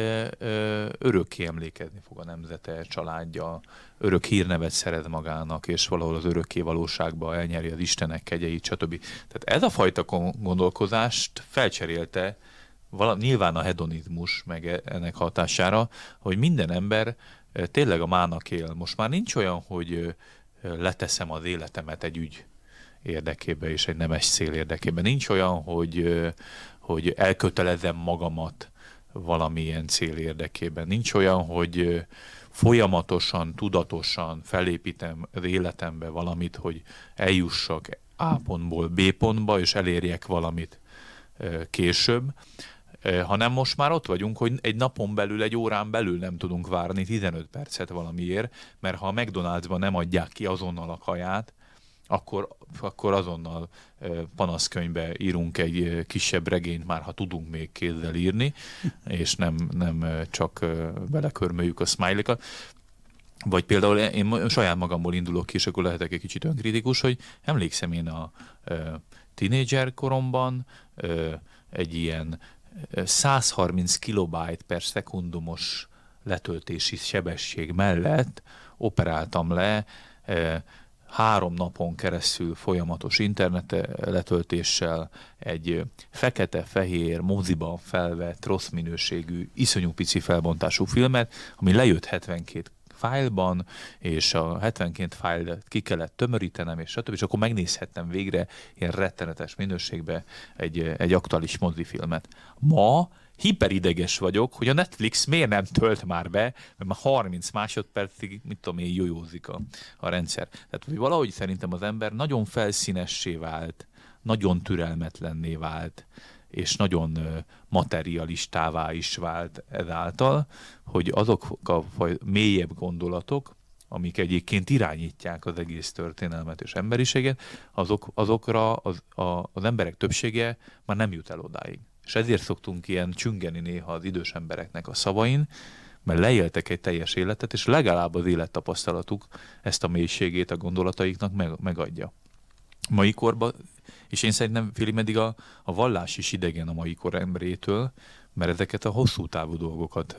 örökké emlékezni fog a nemzete, családja, örök hírnevet szerez magának, és valahol az örökké valóságba elnyeri az Istenek kegyeit, stb. Tehát ez a fajta gondolkozást felcserélte nyilván a hedonizmus, meg ennek hatására, hogy minden ember tényleg a mának él. Most már nincs olyan, hogy leteszem az életemet egy ügy érdekében és egy nemes cél érdekében. Nincs olyan, hogy elkötelezem magamat valamilyen cél érdekében. Nincs olyan, hogy folyamatosan, tudatosan felépítem az életembe valamit, hogy eljussak A pontból B pontba, és elérjek valamit később, hanem most már ott vagyunk, hogy egy napon belül, egy órán belül nem tudunk várni 15 percet valamiért, mert ha a McDonald'sban nem adják ki azonnal a kaját, akkor azonnal panaszkönyvbe írunk egy kisebb regényt, már ha tudunk még kézzel írni, és nem csak belekörmöljük a smiley-kat. Vagy például én saját magamból indulok ki, és akkor lehetek egy kicsit önkritikus, hogy emlékszem én a tínédzser koromban egy ilyen 130 kilobájt per szekundumos letöltési sebesség mellett operáltam le 3 napon keresztül folyamatos internet letöltéssel egy fekete-fehér moziban felvett rossz minőségű, iszonyú pici felbontású filmet, ami lejött 72 fájlban, és a 72 fájlt ki kellett tömörítenem, és stb. És akkor megnézhettem végre ilyen rettenetes minőségben egy aktuális mozifilmet. Ma hiperideges vagyok, hogy a Netflix miért nem tölt már be, mert már 30 másodpercig, mit tudom én, jójózik a rendszer. Tehát hogy valahogy szerintem az ember nagyon felszínessé vált, nagyon türelmetlenné vált, és nagyon materialistává is vált ezáltal, hogy azok a mélyebb gondolatok, amik egyébként irányítják az egész történelmet és emberiséget, azokra az emberek többsége már nem jut el odáig. És ezért szoktunk ilyen csüngeni néha az idős embereknek a szavain, mert leéltek egy teljes életet, és legalább az élettapasztalatuk ezt a mélységét a gondolataiknak megadja. Mai korban, és én szerintem félig meddig a vallás is idegen a mai kor emberétől, mert ezeket a hosszú távú dolgokat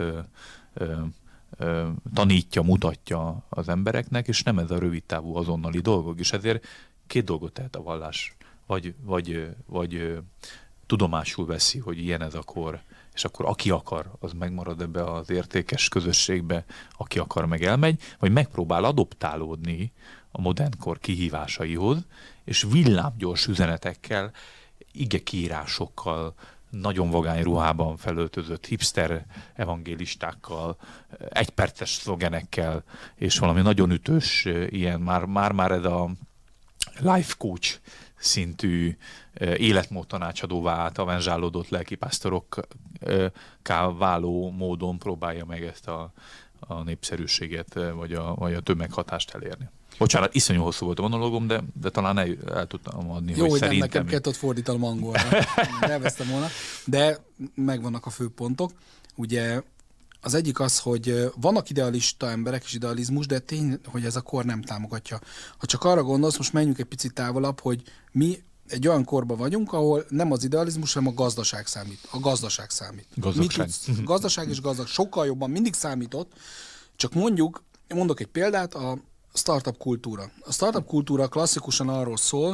tanítja, mutatja az embereknek, és nem ez a rövid távú azonnali dolgok. És ezért 2 dolgot tehet a vallás. Vagy tudomásul veszi, hogy ilyen ez a kor, és akkor aki akar, az megmarad ebbe az értékes közösségbe, aki akar, meg elmegy, vagy megpróbál adoptálódni a modern kor kihívásaihoz, és villámgyors üzenetekkel, igekírásokkal nagyon vagány ruhában felöltözött hipster evangélistákkal, egyperces szlogenekkel, és valami nagyon ütős ilyen, már ez a life coach szintű életmód tanácsadóvá átavenzsálódott lelkipásztorokká váló módon próbálja meg ezt a népszerűséget, vagy a tömeghatást elérni. Bocsánat, iszonyú hosszú volt a monológom, de talán el tudtam adni, jó, hogy hogy szerintem... nekem kellett ott fordítanom angolra. Elvesztem volna. De megvannak a főpontok. Ugye az egyik az, hogy vannak idealista emberek és idealizmus, de tény, hogy ez a kor nem támogatja. Ha csak arra gondolsz, most menjünk egy picit távolabb, hogy mi egy olyan korban vagyunk, ahol nem az idealizmus, hanem a gazdaság számít. A gazdaság számít. Gazdaság és gazdag sokkal jobban mindig számított, csak mondok egy példát, a startup kultúra. A startup kultúra klasszikusan arról szól,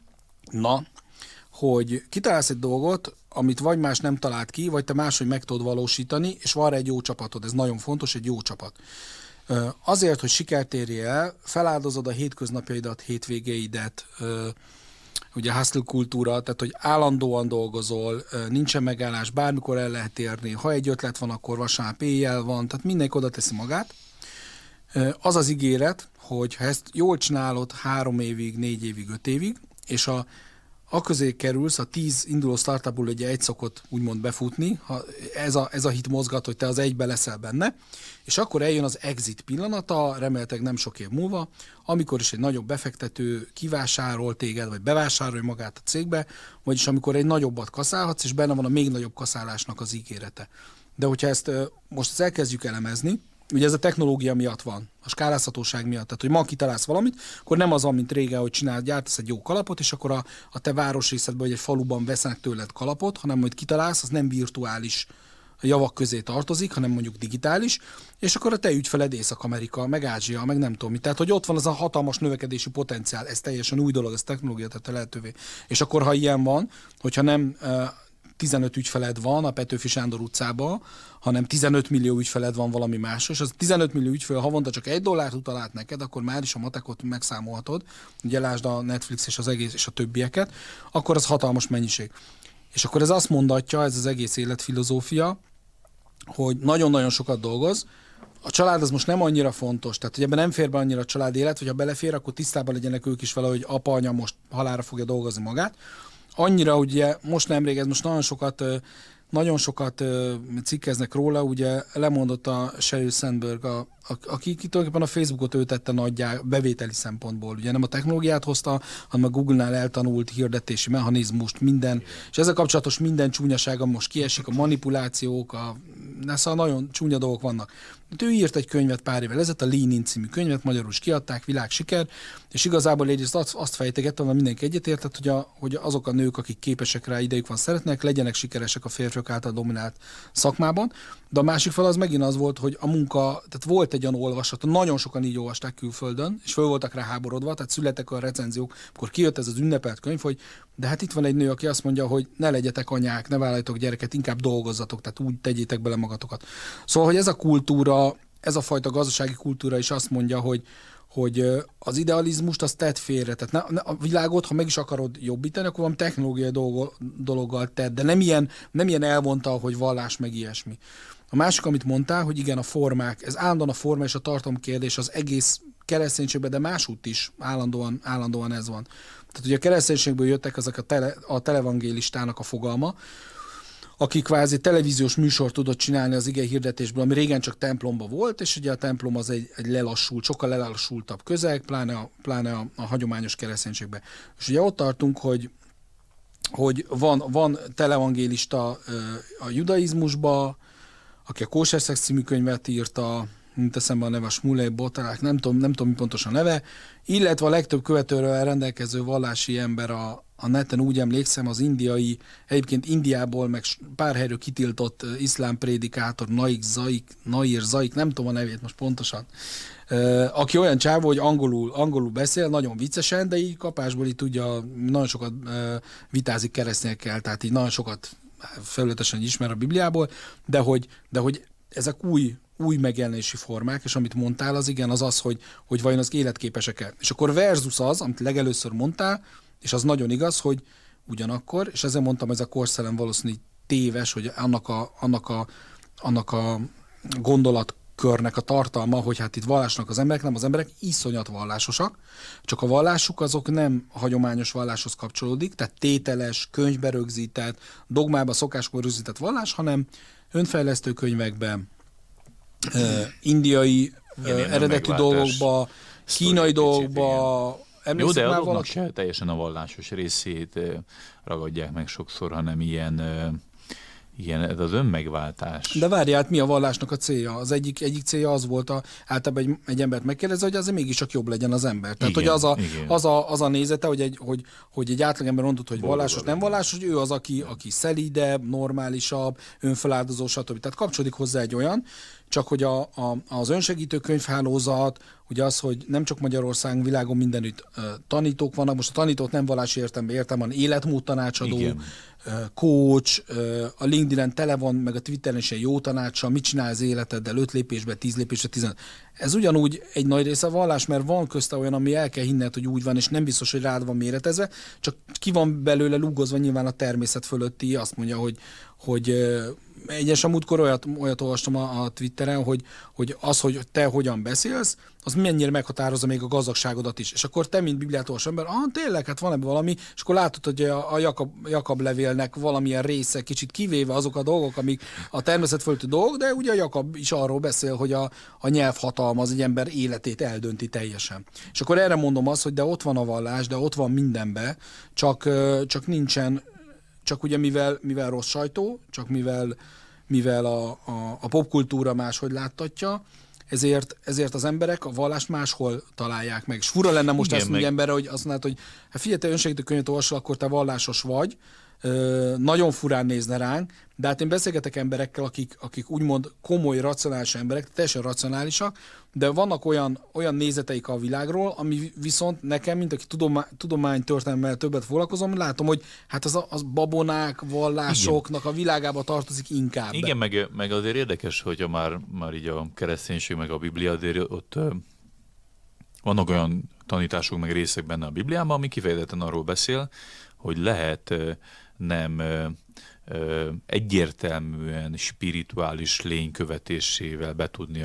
hogy kitalálsz egy dolgot, amit vagy más nem talált ki, vagy te máshogy meg tudod valósítani, és van egy jó csapatod. Ez nagyon fontos, egy jó csapat. Azért, hogy sikert érjél el, feláldozod a hétköznapjaidat, hétvégeidet, ugye hustle kultúra, tehát hogy állandóan dolgozol, nincsen megállás, bármikor el lehet érni, ha egy ötlet van, akkor vasárnap éjjel van, tehát mindenki oda teszi magát. Az az ígéret, hogy ha ezt jól csinálod 3 évig, 4 évig, 5 évig, és a közé kerülsz, a 10 induló startupból ugye egy szokott úgymond befutni, ez a hit mozgat, hogy te az egybe leszel benne, és akkor eljön az exit pillanata, remélhetőleg nem sok év múlva, amikor is egy nagyobb befektető kivásárol téged, vagy bevásárolja magát a cégbe, vagyis amikor egy nagyobbat kaszálhatsz, és benne van a még nagyobb kaszálásnak az ígérete. De hogyha ezt most elkezdjük elemezni, ugye ez a technológia miatt van, a skálázhatóság miatt. Tehát, hogy ma kitalálsz valamit, akkor nem az van, mint régen, hogy gyártasz egy jó kalapot, és akkor a te városrészedben, vagy egy faluban veszenek tőled kalapot, hanem hogy kitalálsz, az nem virtuális javak közé tartozik, hanem mondjuk digitális, és akkor a te ügyfeled Észak-Amerika, meg Ázsia, meg nem tudom mi. Tehát, hogy ott van az a hatalmas növekedési potenciál, ez teljesen új dolog, ez technológia tette lehetővé. És akkor, ha ilyen van, hogyha nem 15 ügyfeled van a Petőfi Sándor utcában, hanem 15 millió ügyfeled van valami másról, és az 15 millió ügyfél havonta csak $1 utal át neked, akkor már is a matekot megszámolhatod, ugye lásd a Netflix és az egész és a többieket, akkor az hatalmas mennyiség. És akkor ez azt mondatja, ez az egész életfilozófia, hogy nagyon-nagyon sokat dolgoz, a család az most nem annyira fontos, tehát hogy ebben nem fér be annyira a család élet, hogy ha belefér, akkor tisztában legyenek ők is vele, hogy apa, anya most halálra fogja dolgozni magát. Annyira, ugye most nemrég, ez most nagyon sokat cikkeznek róla, ugye lemondott a Sheryl Sandberg, aki tulajdonképpen a Facebookot ő tette nagyjá bevételi szempontból. Ugye nem a technológiát hozta, hanem a Google-nál eltanult hirdetési mechanizmust, minden, és ezzel kapcsolatos minden csúnyasága most kiesik, a manipulációk, szóval nagyon csúnya dolgok vannak. Ő írt egy könyvet pár évvel ezelőtt, a Lean In című könyvet, magyarul is kiadták, világsiker, és igazából egyrészt azt fejtegettem, hogy mindenki egyetértett, hogy azok a nők, akik képesek rá, idejük van, szeretnek, legyenek sikeresek a férfiak által dominált szakmában, de a másik fel az megint az volt, hogy a munka, tehát volt egy olyan olvasat, nagyon sokan így olvasták külföldön, és föl voltak rá háborodva, tehát születtek a recenziók, akkor kijött ez az ünnepelt könyv, hogy de hát itt van egy nő, aki azt mondja, hogy ne legyetek anyák, ne vállaljatok gyereket, inkább dolgozzatok, tehát úgy tegyétek bele magatokat. Szóval, hogy ez a kultúra, ez a fajta gazdasági kultúra is azt mondja, hogy az idealizmust azt tedd félre. Tehát a világot, ha meg is akarod jobbítani, akkor valami technológiai dologgal tedd, de nem ilyen elvonta, hogy vallás meg ilyesmi. A másik, amit mondtál, hogy igen, a formák, ez állandóan a forma és a tartalom kérdés az egész kereszténységben, de másútt is állandóan ez van. Tehát ugye a kereszténységből jöttek ezek a televangélistának a fogalma, aki kvázi televíziós műsort tudott csinálni az ige hirdetésből, ami régen csak templomba volt, és ugye a templom az egy sokkal lelassultabb közeg, pláne a hagyományos kereszténységben. És ugye ott tartunk, hogy van televangélista a judaizmusba, aki a Kóser Szex című könyvet írta, mint eszembe a neve, a Smuley Botalák, nem tudom mi pontosan neve, illetve a legtöbb követőről rendelkező vallási ember a neten, úgy emlékszem, az indiai, egyébként Indiából, meg pár helyről kitiltott iszlám prédikátor, Nair Zaik, nem tudom a nevét most pontosan, aki olyan csávó, hogy angolul beszél, nagyon viccesen, de így kapásból így tudja, nagyon sokat vitázik keresztényekkel, tehát így nagyon sokat felületesen ismer a Bibliából, de hogy ezek új megjelenési formák, és amit mondtál, az igen, az, hogy vajon az életképesek-e. És akkor versus az, amit legelőször mondtál, és az nagyon igaz, hogy ugyanakkor, és ezzel mondtam, ez a korszellem valószínűleg téves, hogy annak a gondolatkörnek a tartalma, hogy hát itt vallásnak az emberek, nem, az emberek iszonyat vallásosak, csak a vallásuk azok nem hagyományos valláshoz kapcsolódik, tehát tételes, könyvbe rögzített, dogmába, szokásból rögzített vallás, hanem önfejlesztő könyvekben, indiai eredeti dolgokba, kínai dolgokba. Jó, de azoknak se teljesen a vallásos részét ragadják meg sokszor, hanem ilyen ez az önmegváltás. De várjál, mi a vallásnak a célja? Az egyik célja az volt, általában egy embert megkérdezze, hogy azért mégiscsak jobb legyen az ember. Tehát, igen, hogy az a nézete, hogy egy átlagember mondott, hogy vallásos, nem vallásos, hogy ő az, aki szelídebb, normálisabb, önfeláldozó, stb. Tehát kapcsolódik hozzá egy olyan, csak hogy az önsegítő könyvhálózat, ugye az, hogy nem csak Magyarországon, világon mindenütt tanítók vannak, most a tanítót nem vallási értem, hanem életmód tanácsadó, coach, a LinkedIn-en tele van, meg a Twitteren is egy jó tanácsa, mit csinál az életeddel, 5 lépésbe, 10 lépésbe, 15. Ez ugyanúgy egy nagy része a vallás, mert van közte olyan, ami el kell hinned, hogy úgy van, és nem biztos, hogy rád van méretezve, csak ki van belőle lúgozva nyilván a természet fölötti, azt mondja, hogy egyes a múltkor olyat olvastam a Twitteren, hogy az, hogy te hogyan beszélsz, az mennyire meghatározza még a gazdagságodat is. És akkor te, mint Bibliát olvasó ember, tényleg, hát van ebben valami, és akkor látod, hogy a Jakab levélnek valamilyen része kicsit kivéve azok a dolgok, amik a természet fölötti dolgok, de ugye a Jakab is arról beszél, hogy a nyelv hatalma az egy ember életét eldönti teljesen. És akkor erre mondom azt, hogy de ott van a vallás, de ott van mindenbe, csak nincsen, csak ugye mivel rossz sajtó, csak mivel a popkultúra máshogy láttatja, ezért az emberek a vallást máshol találják meg. És fura lenne most ezt mondani emberre, hogy azt mondod, hogy hát figyelj, te önsegítő könyvet olvasol, akkor te vallásos vagy, nagyon furán nézne ránk, de hát én beszélgetek emberekkel, akik úgymond komoly, racionális emberek, teljesen racionálisak, de vannak olyan nézeteik a világról, ami viszont nekem, mint aki tudománytörténelemmel többet foglalkozom, látom, hogy hát az babonák, vallásoknak a világába tartozik inkább. Igen, meg azért érdekes, hogyha már így a kereszténység, meg a Biblia, azért ott vannak olyan tanítások, meg részek benne a Bibliában, ami kifejezetten arról beszél, hogy lehet nem egyértelműen spirituális lénykövetésével betudni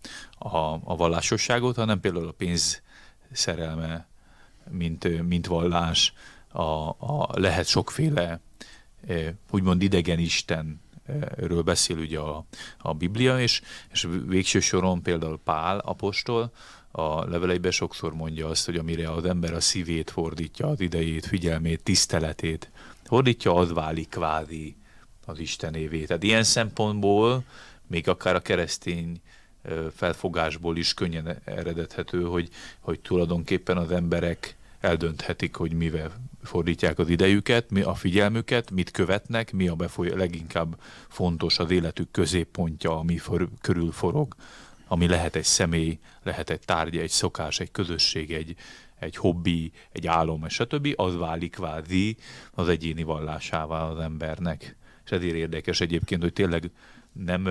a vallásosságot, hanem például a pénz szerelme, mint vallás, lehet sokféle úgymond idegen istenről beszél ugye a Biblia, és végső soron például Pál apostol a leveleiben sokszor mondja azt, hogy amire az ember a szívét fordítja, az idejét, figyelmét, tiszteletét fordítja, az válik kvázi az Istenévé. Tehát ilyen szempontból még akár a keresztény felfogásból is könnyen eredethető, hogy tulajdonképpen az emberek eldönthetik, hogy mivel fordítják az idejüket, mi a figyelmüket, mit követnek, mi a leginkább fontos az életük középpontja, ami körül forog, ami lehet egy személy, lehet egy tárgya, egy szokás, egy közösség, egy hobbi, egy álom, stb. Az válik kvázi az egyéni vallásává az embernek. És ezért érdekes egyébként, hogy tényleg nem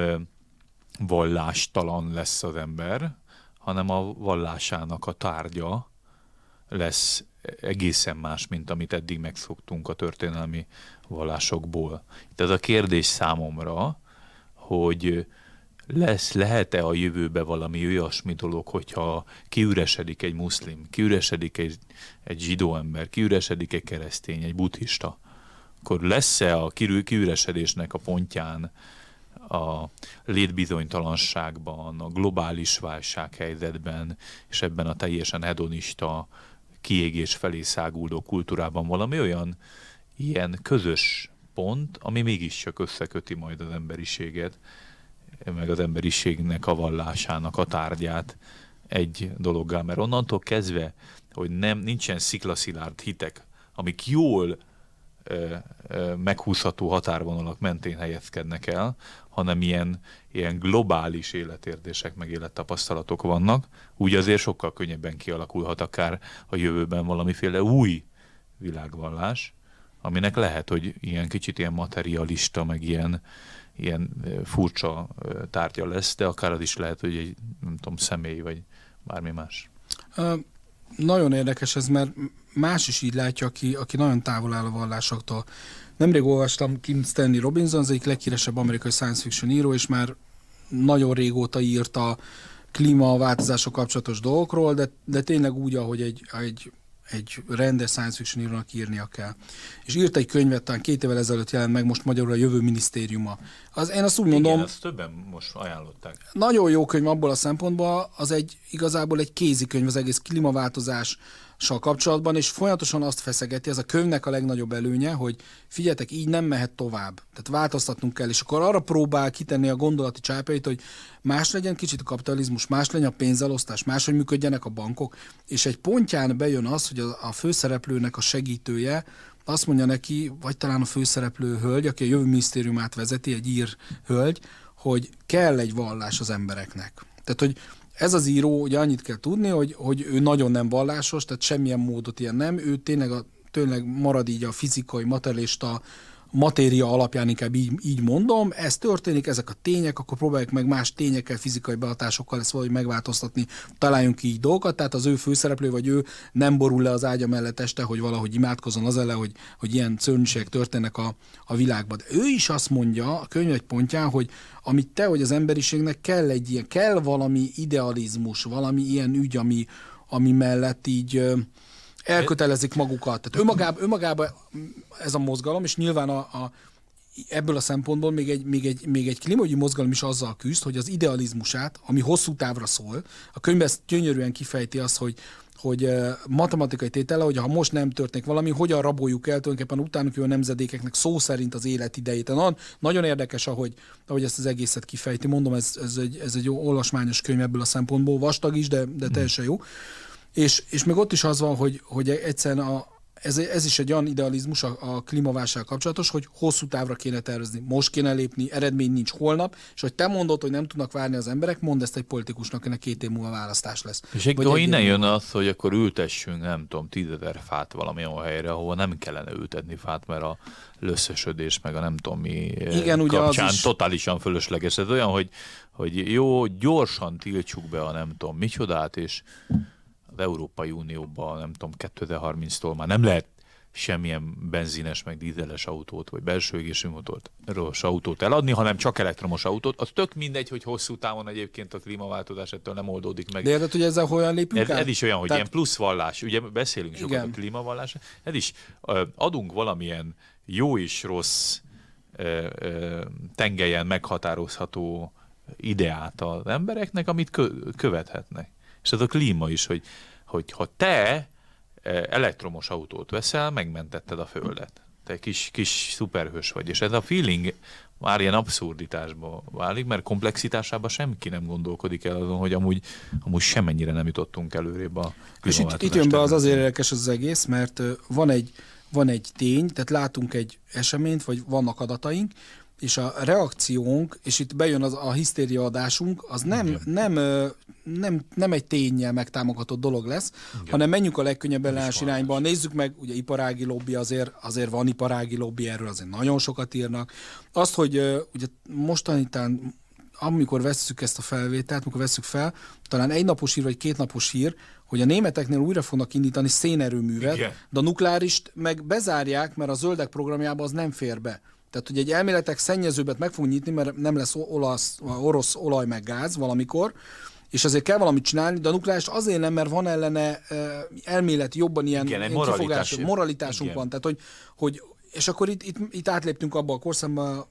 vallástalan lesz az ember, hanem a vallásának a tárgya lesz egészen más, mint amit eddig megszoktunk a történelmi vallásokból. Itt ez a kérdés számomra, hogy lehet-e a jövőbe valami olyasmi dolog, hogyha kiüresedik egy muszlim, kiüresedik egy zsidó ember, kiüresedik egy keresztény, egy buddhista, akkor lesz-e a kiüresedésnek a pontján a létbizonytalanságban, a globális válsághelyzetben, és ebben a teljesen hedonista, kiégés felé száguldó kultúrában valami olyan ilyen közös pont, ami mégiscsak összeköti majd az emberiséget, meg az emberiségnek a vallásának a tárgyát egy dologgá, mert onnantól kezdve, hogy nincsen sziklaszilárd hitek, amik jól meghúzható határvonalak mentén helyezkednek el, hanem ilyen globális életérdések, meg élettapasztalatok vannak, úgy azért sokkal könnyebben kialakulhat akár a jövőben valamiféle új világvallás, aminek lehet, hogy kicsit ilyen materialista, meg ilyen furcsa tárgya lesz, de akár az is lehet, hogy egy, nem tudom, személy, vagy bármi más. Nagyon érdekes ez, mert más is így látja, aki nagyon távol áll a vallásoktól. Nemrég olvastam Kim Stanley Robinson, az egyik leghíresebb amerikai science fiction író, és már nagyon régóta írt a klímaváltozások kapcsolatos dolgokról, de tényleg úgy, ahogy egy rendes science fiction írónak írnia kell. És írt egy könyvet, talán 2 évvel ezelőtt jelent meg, most magyarul a Jövő Minisztériuma. Én azt úgy mondom... Igen, ezt többen most ajánlották. Nagyon jó könyv abból a szempontból, az igazából egy kézikönyv az egész klímaváltozással kapcsolatban, és folyamatosan azt feszegeti, ez a könyvnek a legnagyobb előnye, hogy figyeljetek, így nem mehet tovább. Tehát változtatnunk kell, és akkor arra próbál kitenni a gondolati csápjait, hogy más legyen kicsit a kapitalizmus, más legyen a pénzelosztás, máshogy működjenek a bankok, és egy pontján bejön az, hogy a főszereplőnek a segítője azt mondja neki, vagy talán a főszereplő hölgy, aki a Jövő Minisztériumát vezeti, egy ír hölgy, hogy kell egy vallás az embereknek. Tehát, hogy ez az író, ugye annyit kell tudni, hogy ő nagyon nem vallásos, tehát semmilyen módot ilyen nem, ő tényleg marad így a fizikai, materialista matéria alapján, inkább így mondom, ez történik, ezek a tények, akkor próbáljuk meg más tényekkel, fizikai behatásokkal ezt valahogy megváltoztatni, találjunk így dolgokat, tehát az ő főszereplő, vagy ő nem borul le az ágya mellett este, hogy valahogy imádkozzon az ellen, hogy ilyen szörnyűségek történnek a világban. De ő is azt mondja a könyv egy pontján, hogy amit hogy az emberiségnek kell valami idealizmus, valami ilyen ügy, ami mellett így elkötelezik magukat. Tehát önmagában ez a mozgalom, és nyilván ebből a szempontból még egy klímaügyi mozgalom is azzal küzd, hogy az idealizmusát, ami hosszú távra szól, a könyvben ezt gyönyörűen kifejti azt, hogy matematikai tétele, hogy ha most nem történik valami, hogyan raboljuk el tulajdonképpen utánuk jövő nemzedékeknek szó szerint az életidejét. Nagyon érdekes, ahogy ezt az egészet kifejti. Mondom, ez egy jó olvasmányos könyv ebből a szempontból, vastag is, de teljesen jó. És még ott is az van, hogy egyszerűen ez is egy olyan idealizmus a klímaválság kapcsolatos, hogy hosszú távra kéne tervezni, most kéne lépni, eredmény nincs holnap, és hogy te mondod, hogy nem tudnak várni az emberek, mondd ezt egy politikusnak, akinek 2 év múlva választás lesz. És innen jön az, hogy akkor ültessünk, nem tudom, 10 000 fát valamilyen helyre, ahol nem kellene ültetni fát, mert a lösszösödés, meg a nem tudom mi igen, kapcsán totálisan fölösleges. Ez olyan, hogy jó, gyorsan tiltsuk be a nem tudom micsodát, és az Európai Unióban, nem tudom, 2030-tól már nem lehet semmilyen benzines, meg dízeles autót, vagy belső égésű motoros autót eladni, hanem csak elektromos autót. Az tök mindegy, hogy hosszú távon egyébként a klímaváltozás ettől nem oldódik meg. De érted, hogy ezzel hogyan lépünk ez is olyan, hogy ilyen plusz vallás. Ugye beszélünk sokat a klímavallás. Ez is adunk valamilyen jó és rossz tengelyen meghatározható ideát az embereknek, amit követhetnek. És ez a klíma is, hogy ha te elektromos autót veszel, megmentetted a Földet. Te kis szuperhős vagy. És ez a feeling már ilyen abszurditásba válik, mert komplexitásában senki nem gondolkodik el azon, hogy amúgy semennyire nem jutottunk előrébb a klímaváltozás. És itt jön be azért érdekes az egész, mert van egy tény, tehát látunk egy eseményt, vagy vannak adataink, és a reakciónk, és itt bejön a hisztéria adásunk, az nem egy ténnyel megtámogatott dolog lesz, hanem menjünk a legkönnyebb ellenállás irányba. Nézzük meg, ugye iparági lobby, azért van iparági lobby, erről azért nagyon sokat írnak. Azt, hogy ugye mostanitán, amikor vesszük ezt a felvételt, amikor vesszük fel, talán 1 napos hír vagy 2 napos hír, hogy a németeknél újra fognak indítani szénerőművet, de a nukleárist meg bezárják, mert a zöldek programjában az nem fér be. Tehát, hogy egy elméletek szennyezőbbet meg fogunk nyitni, mert nem lesz orosz olaj meg gáz valamikor, és azért kell valamit csinálni, de a nukleáris azért nem, mert van ellene elmélet jobban ilyen moralitásunk van. Tehát, hogy és akkor itt átléptünk abba a korszakba,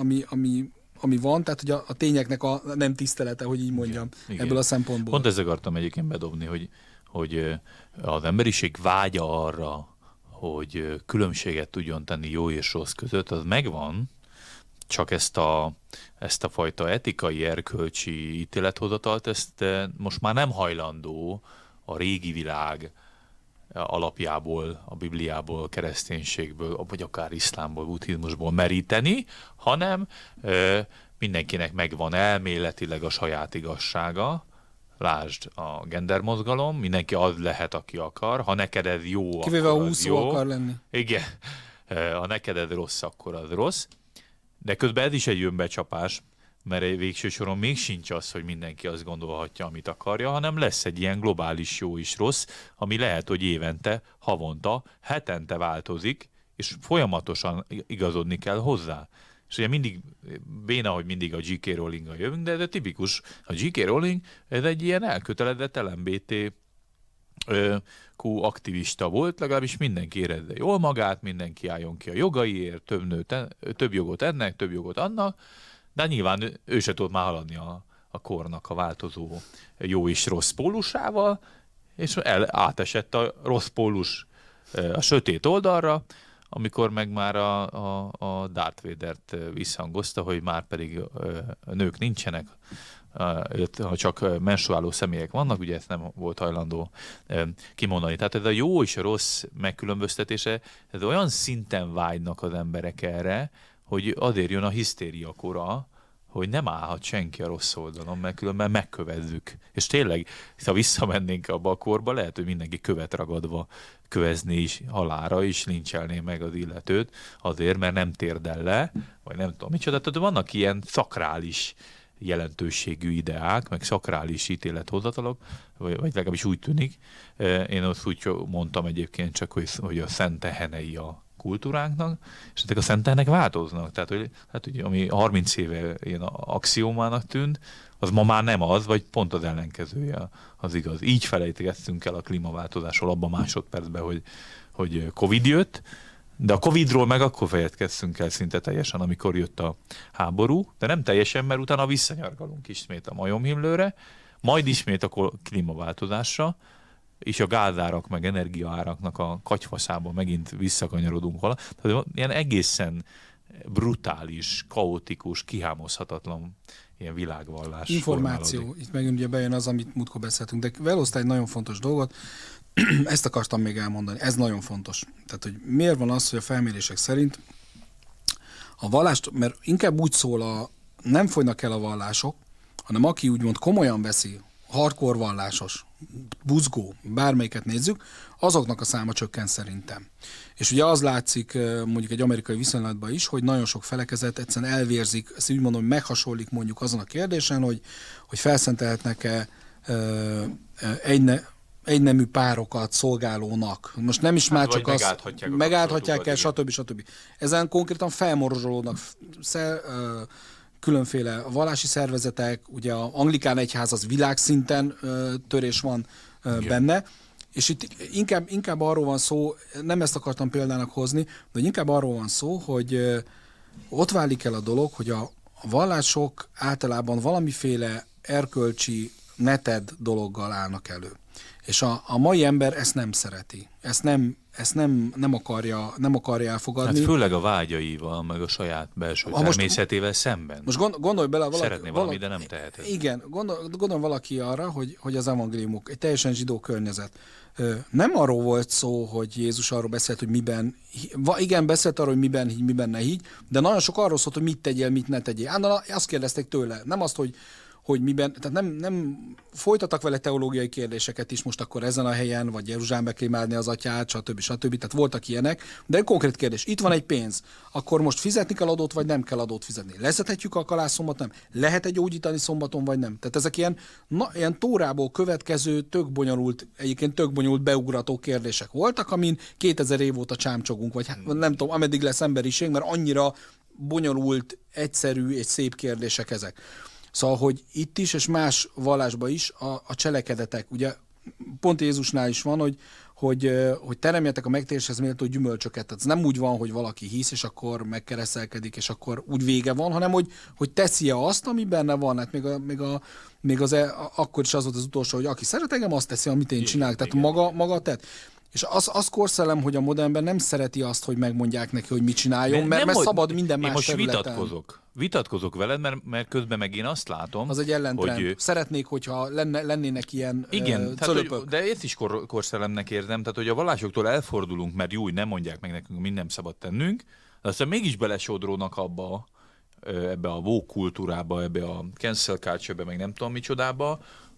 ami van, tehát hogy a tényeknek a nem tisztelete, hogy így mondjam, ebből a szempontból. Pont ezt akartam egyébként bedobni, hogy az emberiség vágya arra, hogy különbséget tudjon tenni jó és rossz között, az megvan, csak ezt a fajta etikai, erkölcsi ítélethozatalt, ezt most már nem hajlandó a régi világ alapjából, a Bibliából, kereszténységből, vagy akár iszlámból, buddhizmusból meríteni, hanem mindenkinek megvan elméletileg a saját igazsága. Lásd a gendermozgalom, mindenki az lehet, aki akar. Ha neked ez jó, kivéve akkor a 20 jó akar lenni. Igen. Ha neked ez rossz, akkor az rossz. De közben ez is egy önbecsapás, mert végső soron még sincs az, hogy mindenki azt gondolhatja, amit akarja, hanem lesz egy ilyen globális jó és rossz, ami lehet, hogy évente, havonta, hetente változik, és folyamatosan igazodni kell hozzá. És ugye mindig, béna, hogy mindig a J.K. Rowling-gal jövünk, de ez tipikus, a J.K. Rowling, ez egy ilyen elkötelezett LMBT aktivista volt, legalábbis mindenki érezze jól magát, mindenki álljon ki a jogaiért, több jogot ennek, több jogot annak, de nyilván ő se tudott már haladni a kornak a változó jó és rossz pólusával, és átesett a rossz pólus a sötét oldalra, amikor meg már a Darth Vadert visszhangozta, hogy már pedig nők nincsenek, ha csak menstruáló személyek vannak, ugye ezt nem volt hajlandó kimondani. Tehát ez a jó és a rossz megkülönböztetése, ez olyan szinten vágynak az emberek erre, hogy azért jön a hisztéria kora, hogy nem állhat senki a rossz oldalon, mert különben megkövezzük. És tényleg, ha visszamennénk abba a korba, lehet, hogy mindenki követ ragadva kövezni is halálra, és lincselné meg az illetőt azért, mert nem térdel le, vagy nem tudom micsoda. Tehát vannak ilyen szakrális jelentőségű ideák, meg szakrális ítélethozatalok, vagy legalábbis úgy tűnik. Én azt úgy mondtam egyébként csak, hogy a szent tehenei a kultúránknak, és ezek a szentelnek változnak. Tehát, hogy ami 30 éve ilyen axiómának tűnt, az ma már nem az, vagy pont az ellenkezője az igaz. Így felejtkeztünk el a klímaváltozásról abban a másodpercben, hogy Covid jött, de a Covidról meg akkor feledkeztünk el szinte teljesen, amikor jött a háború, de nem teljesen, mert utána visszanyargalunk ismét a majomhimlőre, majd ismét a klímaváltozásra, és a gázárak meg energiaáraknak a katyfaszába megint visszakanyarodunk vala. Tehát ilyen egészen brutális, kaotikus, kihámozhatatlan ilyen világvallás. Információ. Itt megint ugye bejön az, amit múltkor beszéltünk, de veloztál egy nagyon fontos dolgot. Ezt akartam még elmondani. Ez nagyon fontos. Tehát, hogy miért van az, hogy a felmérések szerint a vallást, mert inkább úgy szól, nem folynak el a vallások, hanem aki úgymond komolyan veszi, hardcore vallásos, buzgó, bármelyiket nézzük, azoknak a száma csökken szerintem. És ugye az látszik mondjuk egy amerikai viszonylatban is, hogy nagyon sok felekezet egyszerűen elvérzik, ezt úgy mondom, hogy meghasonlik mondjuk azon a kérdésen, hogy felszentelhetnek-e egynemű párokat szolgálónak. Most nem is már csak azt megállhatják el, stb. Ezen konkrétan felmorzsolódnak különféle vallási szervezetek, ugye az anglikán egyház az világszinten törés van benne, és itt inkább arról van szó, nem ezt akartam példának hozni, de inkább arról van szó, hogy ott válik el a dolog, hogy a vallások általában valamiféle erkölcsi, neted dologgal állnak elő. És a mai ember ezt nem szereti. Ezt nem akarja elfogadni. Hát főleg a vágyaival, meg a saját belső természetével szemben. Most gondolj bele, szeretné valami, de nem teheted. Igen, gondolj valaki arra, hogy az evangéliumok egy teljesen zsidó környezet. Nem arról volt szó, hogy Jézus arról beszélt, hogy miben, igen, beszélt arról, hogy miben higgy, miben ne higgy, de nagyon sok arról szólt, hogy mit tegyél, mit ne tegyél. Azt kérdezték tőle, nem azt, hogy miben, tehát nem folytattak vele teológiai kérdéseket is most akkor ezen a helyen, vagy Jeruzsálembe kell imádni az atyát, stb. Tehát voltak ilyenek, de egy konkrét kérdés, itt van egy pénz, akkor most fizetni kell adót, vagy nem kell adót fizetni? Leszedhetjük a kalászszombat, nem? Lehet-e gyógyítani szombaton, vagy nem? Tehát ezek ilyen tórából következő, egyébként tök bonyolult beugrató kérdések voltak, amin 2000 év óta csámcsogunk, vagy nem tudom, ameddig lesz emberiség, mert annyira bonyolult, egyszerű és szép kérdések ezek. Szóval, hogy itt is, és más vallásban is a cselekedetek, ugye pont Jézusnál is van, hogy teremjetek a megtéréshez méltó gyümölcsöket. Tehát ez nem úgy van, hogy valaki hisz, és akkor megkereszelkedik, és akkor úgy vége van, hanem hogy teszi-e azt, ami benne van. Hát akkor is az volt az utolsó, hogy aki szeret engem, azt teszi, amit én csinálok. Tehát maga tett. És az korszellem, hogy a modernben nem szereti azt, hogy megmondják neki, hogy mit csináljon, mert szabad minden más területen. Én most vitatkozok veled, mert közben meg én azt látom, az egy ellentrend. Szeretnék, hogyha lennének ilyen cölöpök. De ezt is korszellemnek érzem, tehát hogy a vallásoktól elfordulunk, mert jó, nem mondják meg nekünk, hogy nem szabad tennünk, de aztán mégis belesodrónak ebbe a woke kultúrába, ebbe a cancel culture-be, meg nem tudom micsodába,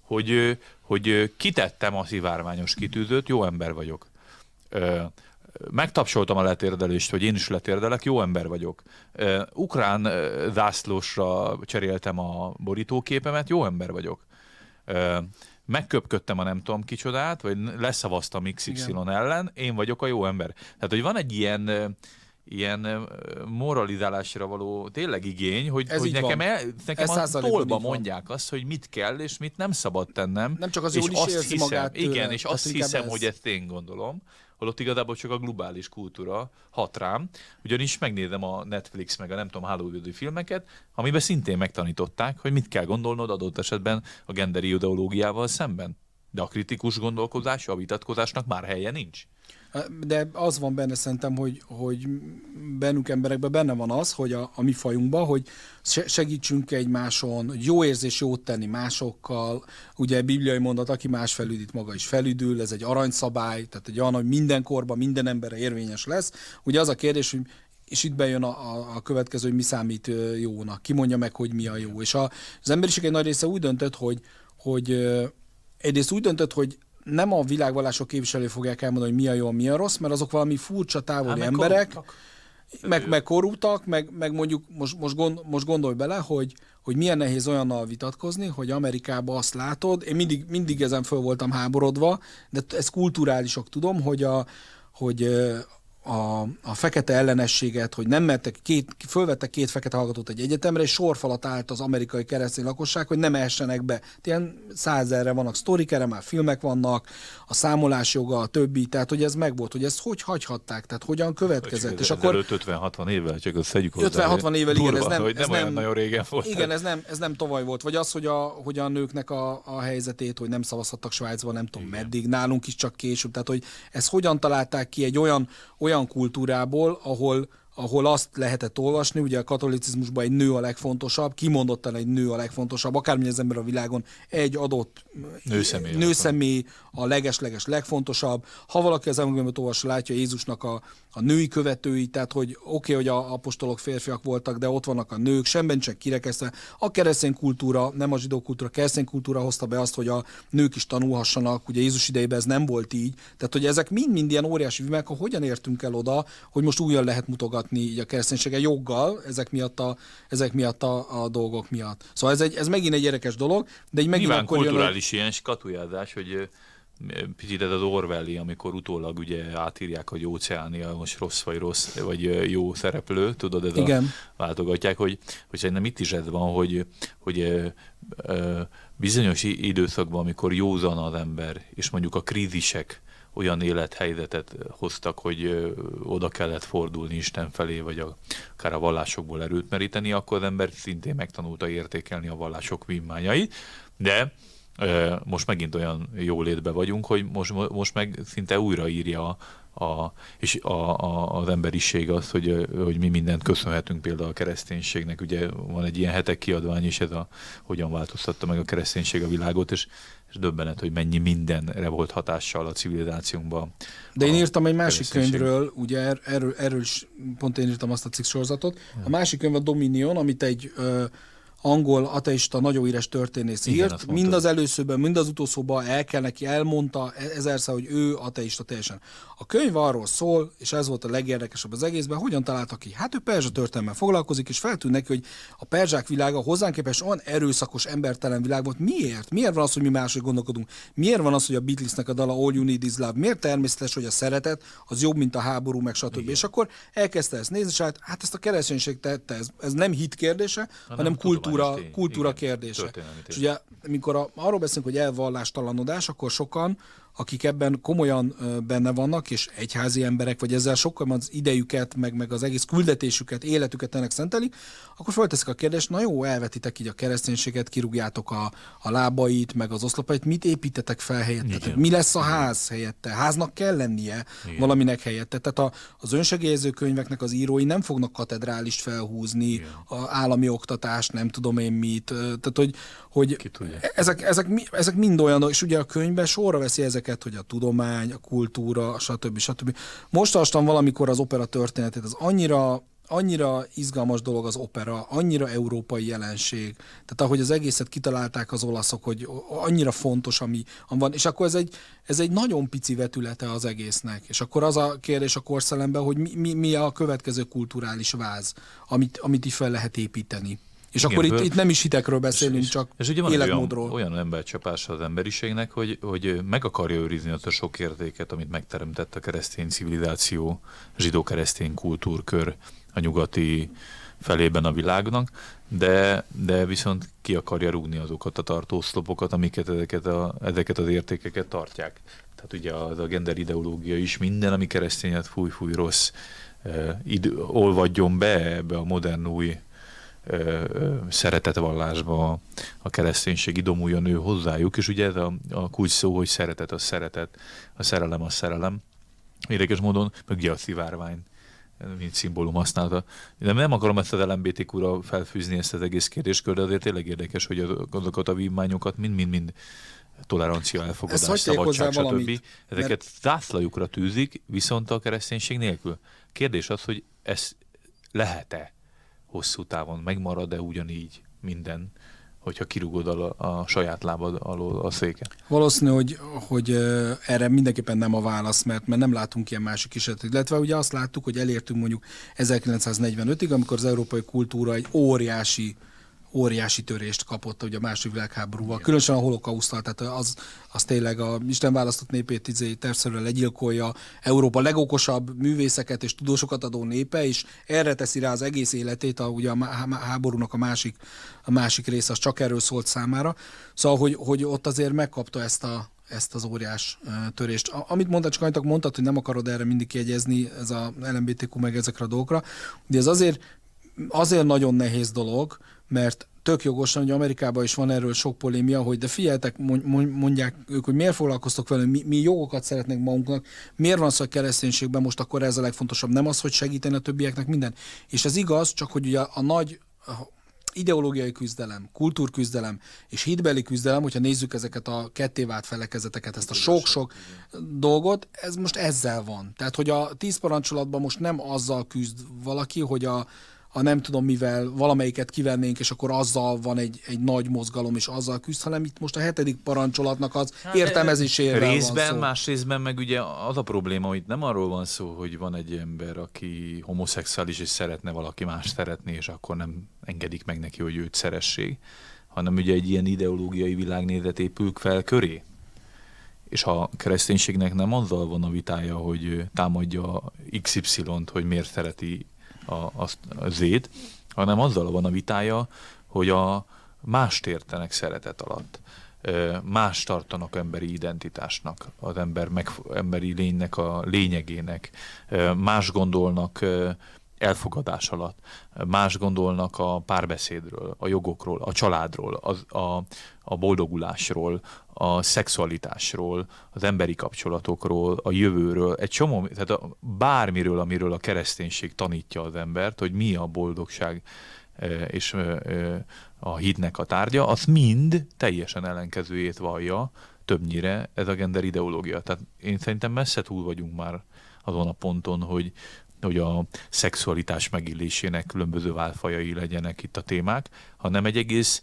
hogy kitettem a szivárványos kitűzőt, jó ember vagyok. Megtapsoltam a letérdelést, hogy én is letérdelek, jó ember vagyok. Ukrán zászlósra cseréltem a borítóképemet, jó ember vagyok. megköpködtem a nem tudom kicsodát, vagy leszavaztam XY ellen, én vagyok a jó ember. Tehát, hogy van egy ilyen moralizálásra való tényleg igény, hogy nekem a tollba mondják azt, hogy mit kell, és mit nem szabad tennem. Nem csak az jól is érzi magát tőle. Igen, és azt hiszem, hogy ezt én gondolom, holott igazából csak a globális kultúra hat rám, ugyanis megnézem a Netflix meg a nem tudom hollywoodi filmeket, amiben szintén megtanították, hogy mit kell gondolnod adott esetben a genderi ideológiával szemben. De a kritikus gondolkodás, a vitatkozásnak már helye nincs. De az van benne szerintem, hogy bennünk emberekben benne van az, hogy a mi fajunkban, hogy segítsünk egymáson, hogy jó érzés jót tenni másokkal. Ugye bibliai mondat, aki más felüdít, maga is felüdül, ez egy aranyszabály, tehát egy olyan, hogy minden korban minden emberre érvényes lesz. Ugye az a kérdés, hogy és itt bejön a következő, hogy mi számít jónak, ki mondja meg, hogy mi a jó. És az emberiség egy nagy része úgy döntött, hogy egyrészt úgy döntött, hogy nem a világvallások képviselői fogják elmondani, hogy mi a jó, mi a rossz, mert azok valami furcsa, távoli emberek, meg korruptak, meg mondjuk most gondolj bele, hogy milyen nehéz olyannal vitatkozni, hogy Amerikában azt látod, én mindig ezen föl voltam háborodva, de ezt kulturálisok tudom, hogy a fekete ellenességet, hogy nem mertek, fölvettek 2 fekete hallgatót egy egyetemre, és sorfalat állt az amerikai keresztény lakosság, hogy nem essenek be. Ilyen 100 000-re vannak sztorik, erre már filmek vannak, a számolás joga, a többi, tehát hogy ez megvolt, hogy ezt hogy hagyhatták, tehát hogyan következett. És akkor 50-60 évvel, csak azt szedjük hozzá. 50-60 évvel, igen, ez nem olyan nagyon régen volt. Igen, ez nem tavaly volt. Vagy az, hogy a nőknek a helyzetét, hogy nem szavazhattak Svájcban, nem tudom meddig, nálunk is csak később. Tehát, hogy ezt hogyan találták ki egy olyan kultúrából, ahol azt lehetett olvasni, ugye a katolicizmusban egy nő a legfontosabb, kimondottan egy nő a legfontosabb, akármilyen az ember a világon, egy adott nőszemély a leges legfontosabb. Ha valaki az evangéliumot olvasva látja Jézusnak a női követői, tehát hogy oké, hogy a apostolok férfiak voltak, de ott vannak a nők, semben csak kirekesztve. A keresztény kultúra, nem a zsidó kultúra, a keresztény kultúra hozta be azt, hogy a nők is tanulhassanak, ugye Jézus idejében ez nem volt így. Tehát, hogy ezek mind ilyen óriási vimek, hogyan értünk el oda, hogy most újra lehet mutogatni így a kereszténysége joggal, ezek miatt a dolgok miatt. Szóval ez megint egy érdekes dolog, de így megint nyilván akkor kulturális ilyen skatujázás, hogy picit ez az Orwelli, amikor utólag ugye átírják, hogy Óceánia most rossz, vagy jó szereplő, tudod, ez igen. Váltogatják, hogy szerintem itt is ez van, hogy bizonyos időszakban, amikor józan az ember, és mondjuk a krízisek olyan élethelyzetet hoztak, hogy oda kellett fordulni Isten felé, vagy akár a vallásokból erőt meríteni, akkor az ember szintén megtanulta értékelni a vallások vívmányait, de most megint olyan jólétben vagyunk, hogy most meg szinte újraírja az emberiség azt, hogy mi mindent köszönhetünk például a kereszténységnek. Ugye van egy ilyen hetek kiadvány is, ez hogyan változtatta meg a kereszténység a világot, és döbbenet, hogy mennyi mindenre volt hatással a civilizációnkban. De én írtam egy másik könyvről, ugye erről is pont én írtam azt a cikksorozatot. A másik könyv a Dominion, amit egy angol ateista, nagyon híres történész írt, mind az előszóban, mind az utószóban elmondta ezerszer, hogy ő ateista teljesen. A könyv arról szól, és ez volt a legérdekesebb az egészben, hogyan találta ki? Hát ő perzsa történelemmel foglalkozik, és feltűnt neki, hogy a perzsák világa hozzánk képest olyan erőszakos, embertelen világ volt. Miért? Miért van az, hogy mi máshogy gondolkodunk? Miért van az, hogy a Beatlesnek a dala All You Need Is Love? Miért természetes, hogy a szeretet az jobb, mint a háború, meg stb. Igen. És akkor elkezdte ezt nézni, és hát ezt a kereszténység tette, ez nem hit kérdése, hanem kultúra kérdése. És ugye, amikor arról beszélünk, hogy elvallástalanodás, akkor sokan, akik ebben komolyan benne vannak, és egyházi emberek, vagy ezzel sokkal az idejüket, meg az egész küldetésüket, életüket ennek szentelik, akkor felteszik a kérdést, na jó, elvetitek így a kereszténységet, kirúgjátok a lábait, meg az oszlopait, mit építetek fel helyette? Mi lesz a ház helyette? Háznak kell lennie valaminek helyette. Tehát az önsegélyező könyveknek az írói nem fognak katedrálist felhúzni, a állami oktatást, nem tudom én mit. Tehát, hogy ezek mind olyan, és ugye a könyvben sorra veszi ezeket, hogy a tudomány, a kultúra, stb. Most olvastam valamikor az opera történetét, az annyira izgalmas dolog az opera, annyira európai jelenség. Tehát ahogy az egészet kitalálták az olaszok, hogy annyira fontos, ami van. És akkor ez egy nagyon pici vetülete az egésznek. És akkor az a kérdés a korszellemben, hogy mi a következő kulturális váz, amit így fel lehet építeni. És igen, akkor itt nem is hitekről beszélünk, csak és ugye van életmódról. Olyan embercsapása az emberiségnek, hogy meg akarja őrizni azt a sok értéket, amit megteremtett a keresztény civilizáció, zsidó-keresztény kultúrkör a nyugati felében a világnak, de viszont ki akarja rúgni azokat a tartóoszlopokat, amiket ezeket az értékeket tartják. Tehát ugye az a gender ideológia is minden, ami keresztényet fúj rossz, olvadjon be ebbe a modern új szeretetvallásba, a kereszténység idomuljon ő hozzájuk, és ugye ez a kulcs szó, hogy szeretet az szeretet, a szerelem az szerelem. Érdekes módon, meg ugye a szivárvány, mint szimbólum használta. De nem akarom ezt az LMBTQ-ra felfűzni ezt az egész kérdéskört, de azért tényleg érdekes, hogy azokat a vívmányokat mind tolerancia, elfogadás, szabadság, stb. Ezeket zászlajukra tűzik, viszont a kereszténység nélkül. Kérdés az, hogy ez lehet-e hosszú távon, megmarad-e ugyanígy minden, hogyha kirúgod a saját lábad alól a széket? Valószínű, hogy erre mindenképpen nem a válasz, mert nem látunk ilyen másik kísérletet. Illetve ugye azt láttuk, hogy elértünk mondjuk 1945-ig, amikor az európai kultúra egy óriási törést kapott ugye a második világháborúval, különösen a holokauszttal, tehát az tényleg a Isten választott népét tervszerűen legyilkolja, Európa legokosabb művészeket és tudósokat adó népe, és erre teszi rá az egész életét, ugye a háborúnak a másik része az csak erről szólt számára. Szóval, hogy ott azért megkapta ezt az óriás törést. Amit mondtad, hogy nem akarod erre mindig kiegyezni, ez a LMBTQ meg ezekre a dolgokra, de ez azért nagyon nehéz dolog, mert tök jogosan, hogy Amerikában is van erről sok polémia, hogy de figyeljetek, mondják ők, hogy miért foglalkoztok velünk, mi jogokat szeretnénk magunknak, miért van szó a kereszténységben, most akkor ez a legfontosabb, nem az, hogy segíteni a többieknek, minden. És ez igaz, csak hogy ugye a nagy ideológiai küzdelem, kultúrküzdelem és hitbeli küzdelem, hogyha nézzük ezeket a kettévált felekezeteket, ezt a sok-sok dolgot, ez most ezzel van. Tehát, hogy a 10 parancsolatban most nem azzal küzd valaki, hogy a nem tudom mivel valamelyiket kivennénk, és akkor azzal van egy nagy mozgalom, és azzal küzd, hanem itt most a 7. parancsolatnak az értelmezésével van részben, más részben meg ugye az a probléma, hogy nem arról van szó, hogy van egy ember, aki homoszexuális, és szeretne valaki más szeretni, és akkor nem engedik meg neki, hogy őt szeressék, hanem ugye egy ilyen ideológiai világnézet épül fel köré. És a kereszténységnek nem azzal van a vitája, hogy támadja XY-t, hogy miért szereti a Z-t, hanem azzal van a vitája, hogy mást értenek szeretet alatt. Más tartanak emberi identitásnak, az emberi lénynek a lényegének, más gondolnak elfogadás alatt, más gondolnak a párbeszédről, a jogokról, a családról, a boldogulásról, a szexualitásról, az emberi kapcsolatokról, a jövőről, egy csomó, tehát bármiről, amiről a kereszténység tanítja az embert, hogy mi a boldogság és a hitnek a tárgya, az mind teljesen ellenkezőjét vallja többnyire ez a gender ideológia. Tehát én szerintem messze túl vagyunk már azon a ponton, hogy a szexualitás megillésének különböző válfajai legyenek itt a témák, hanem egy egész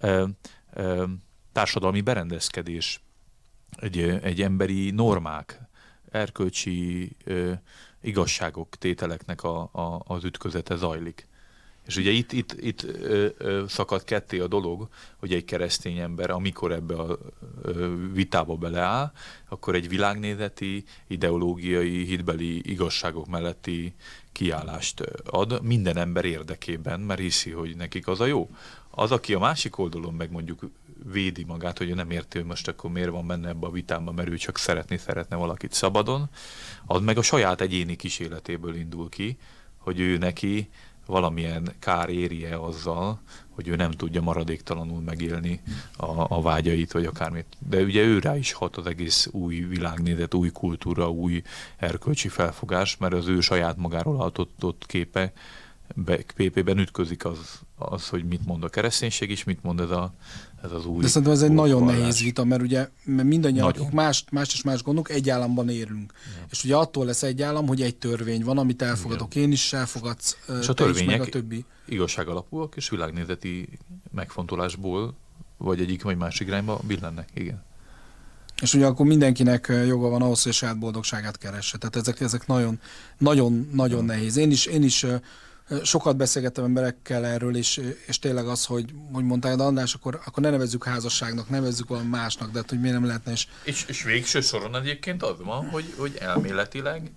társadalmi berendezkedés, egy emberi normák, erkölcsi igazságok, tételeknek az ütközete zajlik. És ugye itt szakad ketté a dolog, hogy egy keresztény ember, amikor ebbe a vitába beleáll, akkor egy világnézeti, ideológiai, hitbeli igazságok melletti kiállást ad minden ember érdekében, mert hiszi, hogy nekik az a jó. Az, aki a másik oldalon meg mondjuk védi magát, hogy ő nem érti, hogy most akkor miért van benne ebbe a vitámba, mert ő csak szeretne valakit szabadon, az meg a saját egyéni kísérletéből indul ki, hogy ő neki valamilyen kár éri-e azzal, hogy ő nem tudja maradéktalanul megélni a vágyait, vagy akármit. De ugye ő rá is hat az egész új világnézet, új kultúra, új erkölcsi felfogás, mert az ő saját magáról alkotott képében ütközik az, hogy mit mond a kereszténység, és mit mond ez az új. De szerintem ez egy nagyon nehéz vita, mert ugye mindannyian, akik más és más gondolunk, egy államban élünk. Ja. És ugye attól lesz egy állam, hogy egy törvény van, amit elfogadok én is, elfogadsz és a törvények meg a többi. Igazság alapúak, és világnézeti megfontolásból vagy egyik vagy másik irányba billennek, igen. És ugye akkor mindenkinek joga van ahhoz, hogy a saját boldogságát keresse. Tehát ezek nagyon nehéz. Én is sokat beszélgettem emberekkel erről, és tényleg az, hogy mondtál, András, akkor ne nevezzük házasságnak, nevezzük valami másnak, de hát, hogy miért nem lehetne. És végső soron egyébként az van, hogy elméletileg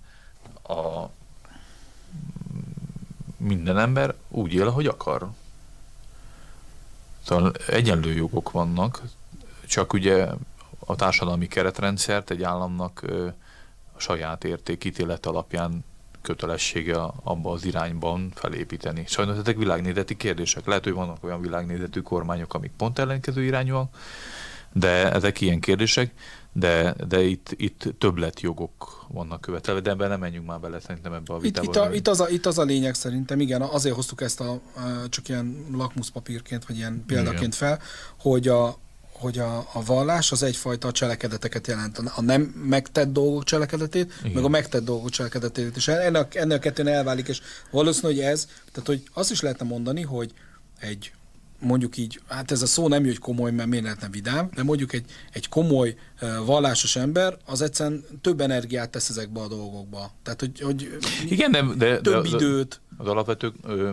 minden ember úgy él, ahogy akar. Szóval egyenlő jogok vannak, csak ugye a társadalmi keretrendszert egy államnak a saját értékítélet alapján kötelessége abba az irányban felépíteni. Sajnos ezek világnézeti kérdések. Lehet, hogy vannak olyan világnézetű kormányok, amik pont ellenkező irányúak, de ezek ilyen kérdések, de itt többletjogok vannak követelve, de ebben nem menjünk már bele szerintem ebbe a vitába. Itt az a lényeg szerintem, igen, azért hoztuk ezt csak ilyen lakmuszpapírként, vagy ilyen példaként fel, hogy a vallás az egyfajta cselekedeteket jelent. A nem megtett dolgok cselekedetét, igen, meg a megtett dolgok cselekedetét. És ennek a kettőn elválik, és valószínű, hogy tehát hogy azt is lehetne mondani, hogy mondjuk így, hát ez a szó nem jó, hogy komoly, mert miért lehetne vidám, de mondjuk egy komoly vallásos ember, az egyszerűen több energiát tesz ezekbe a dolgokba. Tehát, hogy igen, több időt. Az alapvető,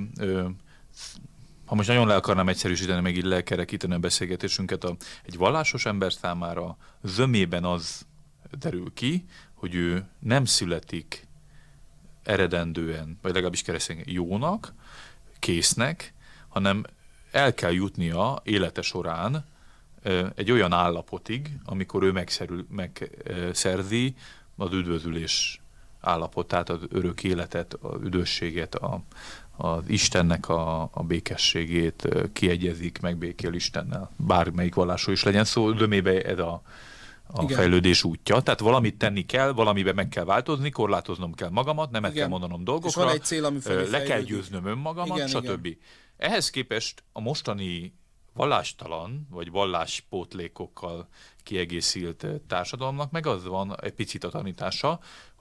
ha most nagyon le akarnám egyszerűsíteni, meg így lekerekíteni a beszélgetésünket, egy vallásos ember számára zömében az derül ki, hogy ő nem születik eredendően, vagy legalábbis keresztény jónak, késznek, hanem el kell jutnia élete során egy olyan állapotig, amikor ő megszerzi az üdvözülés állapotát, az örök életet, az üdvösséget, az Istennek a békességét, kiegyezik, megbékél Istennel. Bármelyik vallásról is legyen szó, dömébe ez a fejlődés útja. Tehát valamit tenni kell, valamiben meg kell változni, korlátoznom kell magamat, nemet kell mondanom dolgokra, és van egy cél, ami le kell győznöm önmagamat, stb. Igen. Ehhez képest a mostani vallástalan, vagy valláspótlékokkal kiegészült társadalomnak meg az van egy picit a tanítása,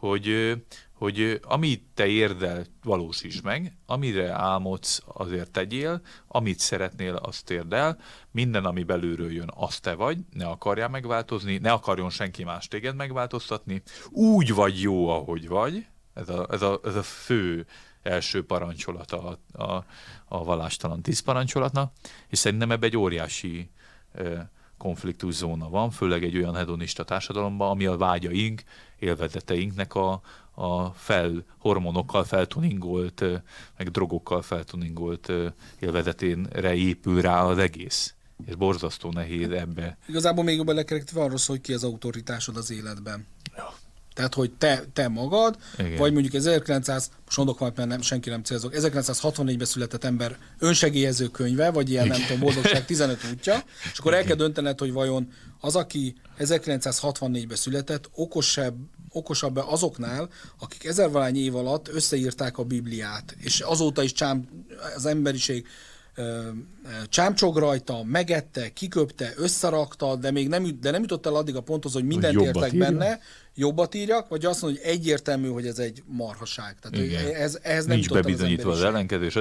hogy amit te érdel, valósítsd meg, amire álmodsz, azért tegyél, amit szeretnél, azt érd el, minden, ami belülről jön, azt te vagy, ne akarjál megváltozni, ne akarjon senki más téged megváltoztatni, úgy vagy jó, ahogy vagy, ez a fő első parancsolata a vallástalan 10 parancsolatnak, és szerintem ebben egy óriási konfliktuszóna van, főleg egy olyan hedonista társadalomban, ami a vágyaink, élvezeteinknek a hormonokkal feltuningolt, meg drogokkal feltuningolt élvezeténre épül rá az egész. És borzasztó nehéz ebbe. Igazából még jobban lekerekítve arról szól, hogy ki az autoritásod az életben. Ja. Tehát, hogy te magad, igen, vagy mondjuk 1900, most mondok valamit, mert senki nem célzok, 1964-ben született ember önsegélyező könyve, vagy ilyen, nem tudom, boldogság 15 útja, és akkor el kell döntened, hogy vajon az, aki 1964-ben született, okosabb azoknál, akik 1000-valány év alatt összeírták a Bibliát, és azóta is az emberiség csámcsog rajta, megette, kiköpte, összerakta, de még nem jutott el addig a ponthoz, hogy mindent értek benne, jobbat írjak, vagy azt mondja, hogy egyértelmű, hogy ez egy marhaság. Tehát ehhez nem nincs bebizonyítva az ellenkezés.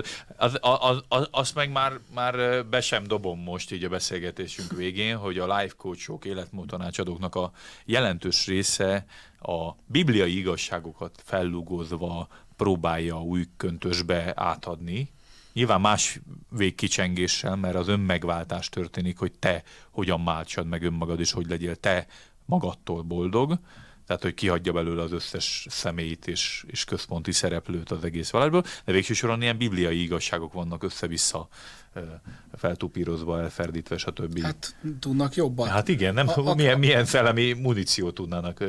Azt meg már be sem dobom most így a beszélgetésünk végén, hogy a life coachok, életmódtanácsadóknak a jelentős része a bibliai igazságokat fellugozva próbálja új köntösbe átadni. Nyilván más végkicsengéssel, mert az önmegváltás történik, hogy te hogyan váltsad meg önmagad, és hogy legyél te magadtól boldog. Tehát, hogy kihagyja belőle az összes személyt és központi szereplőt az egész vallásból, de végső soron ilyen bibliai igazságok vannak össze-vissza feltupírozva, elferdítve, stb. Hát tudnak jobban. Hát igen, nem milyen szellemi muníciót tudnának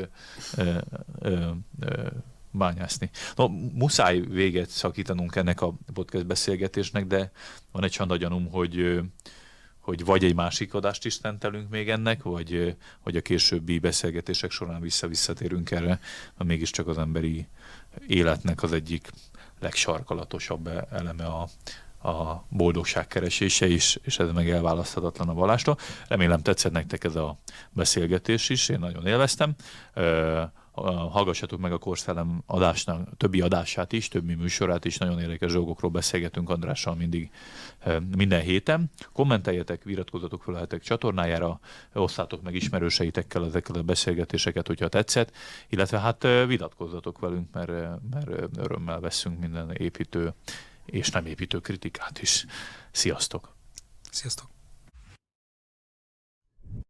bányászni. No, muszáj véget szakítanunk ennek a podcast beszélgetésnek, de van egy csanda gyanúm, hogy vagy egy másik adást is szentelünk még ennek, vagy a későbbi beszélgetések során visszatérünk erre, mert mégiscsak az emberi életnek az egyik legsarkalatosabb eleme a boldogság keresése is, és ez meg elválaszthatatlan a vallástól. Remélem tetszett nektek ez a beszélgetés is, én nagyon élveztem. Hallgassatok meg a Korszellem adásnak, többi adását is, többi műsorát is, nagyon érdekes dolgokról beszélgetünk Andrással minden héten. Kommenteljetek, iratkozzatok fel a hetek csatornájára, osszátok meg ismerőseitekkel ezekkel a beszélgetéseket, hogyha tetszett, illetve hát vitatkozzatok velünk, mert örömmel veszünk minden építő és nem építő kritikát is. Sziasztok! Sziasztok!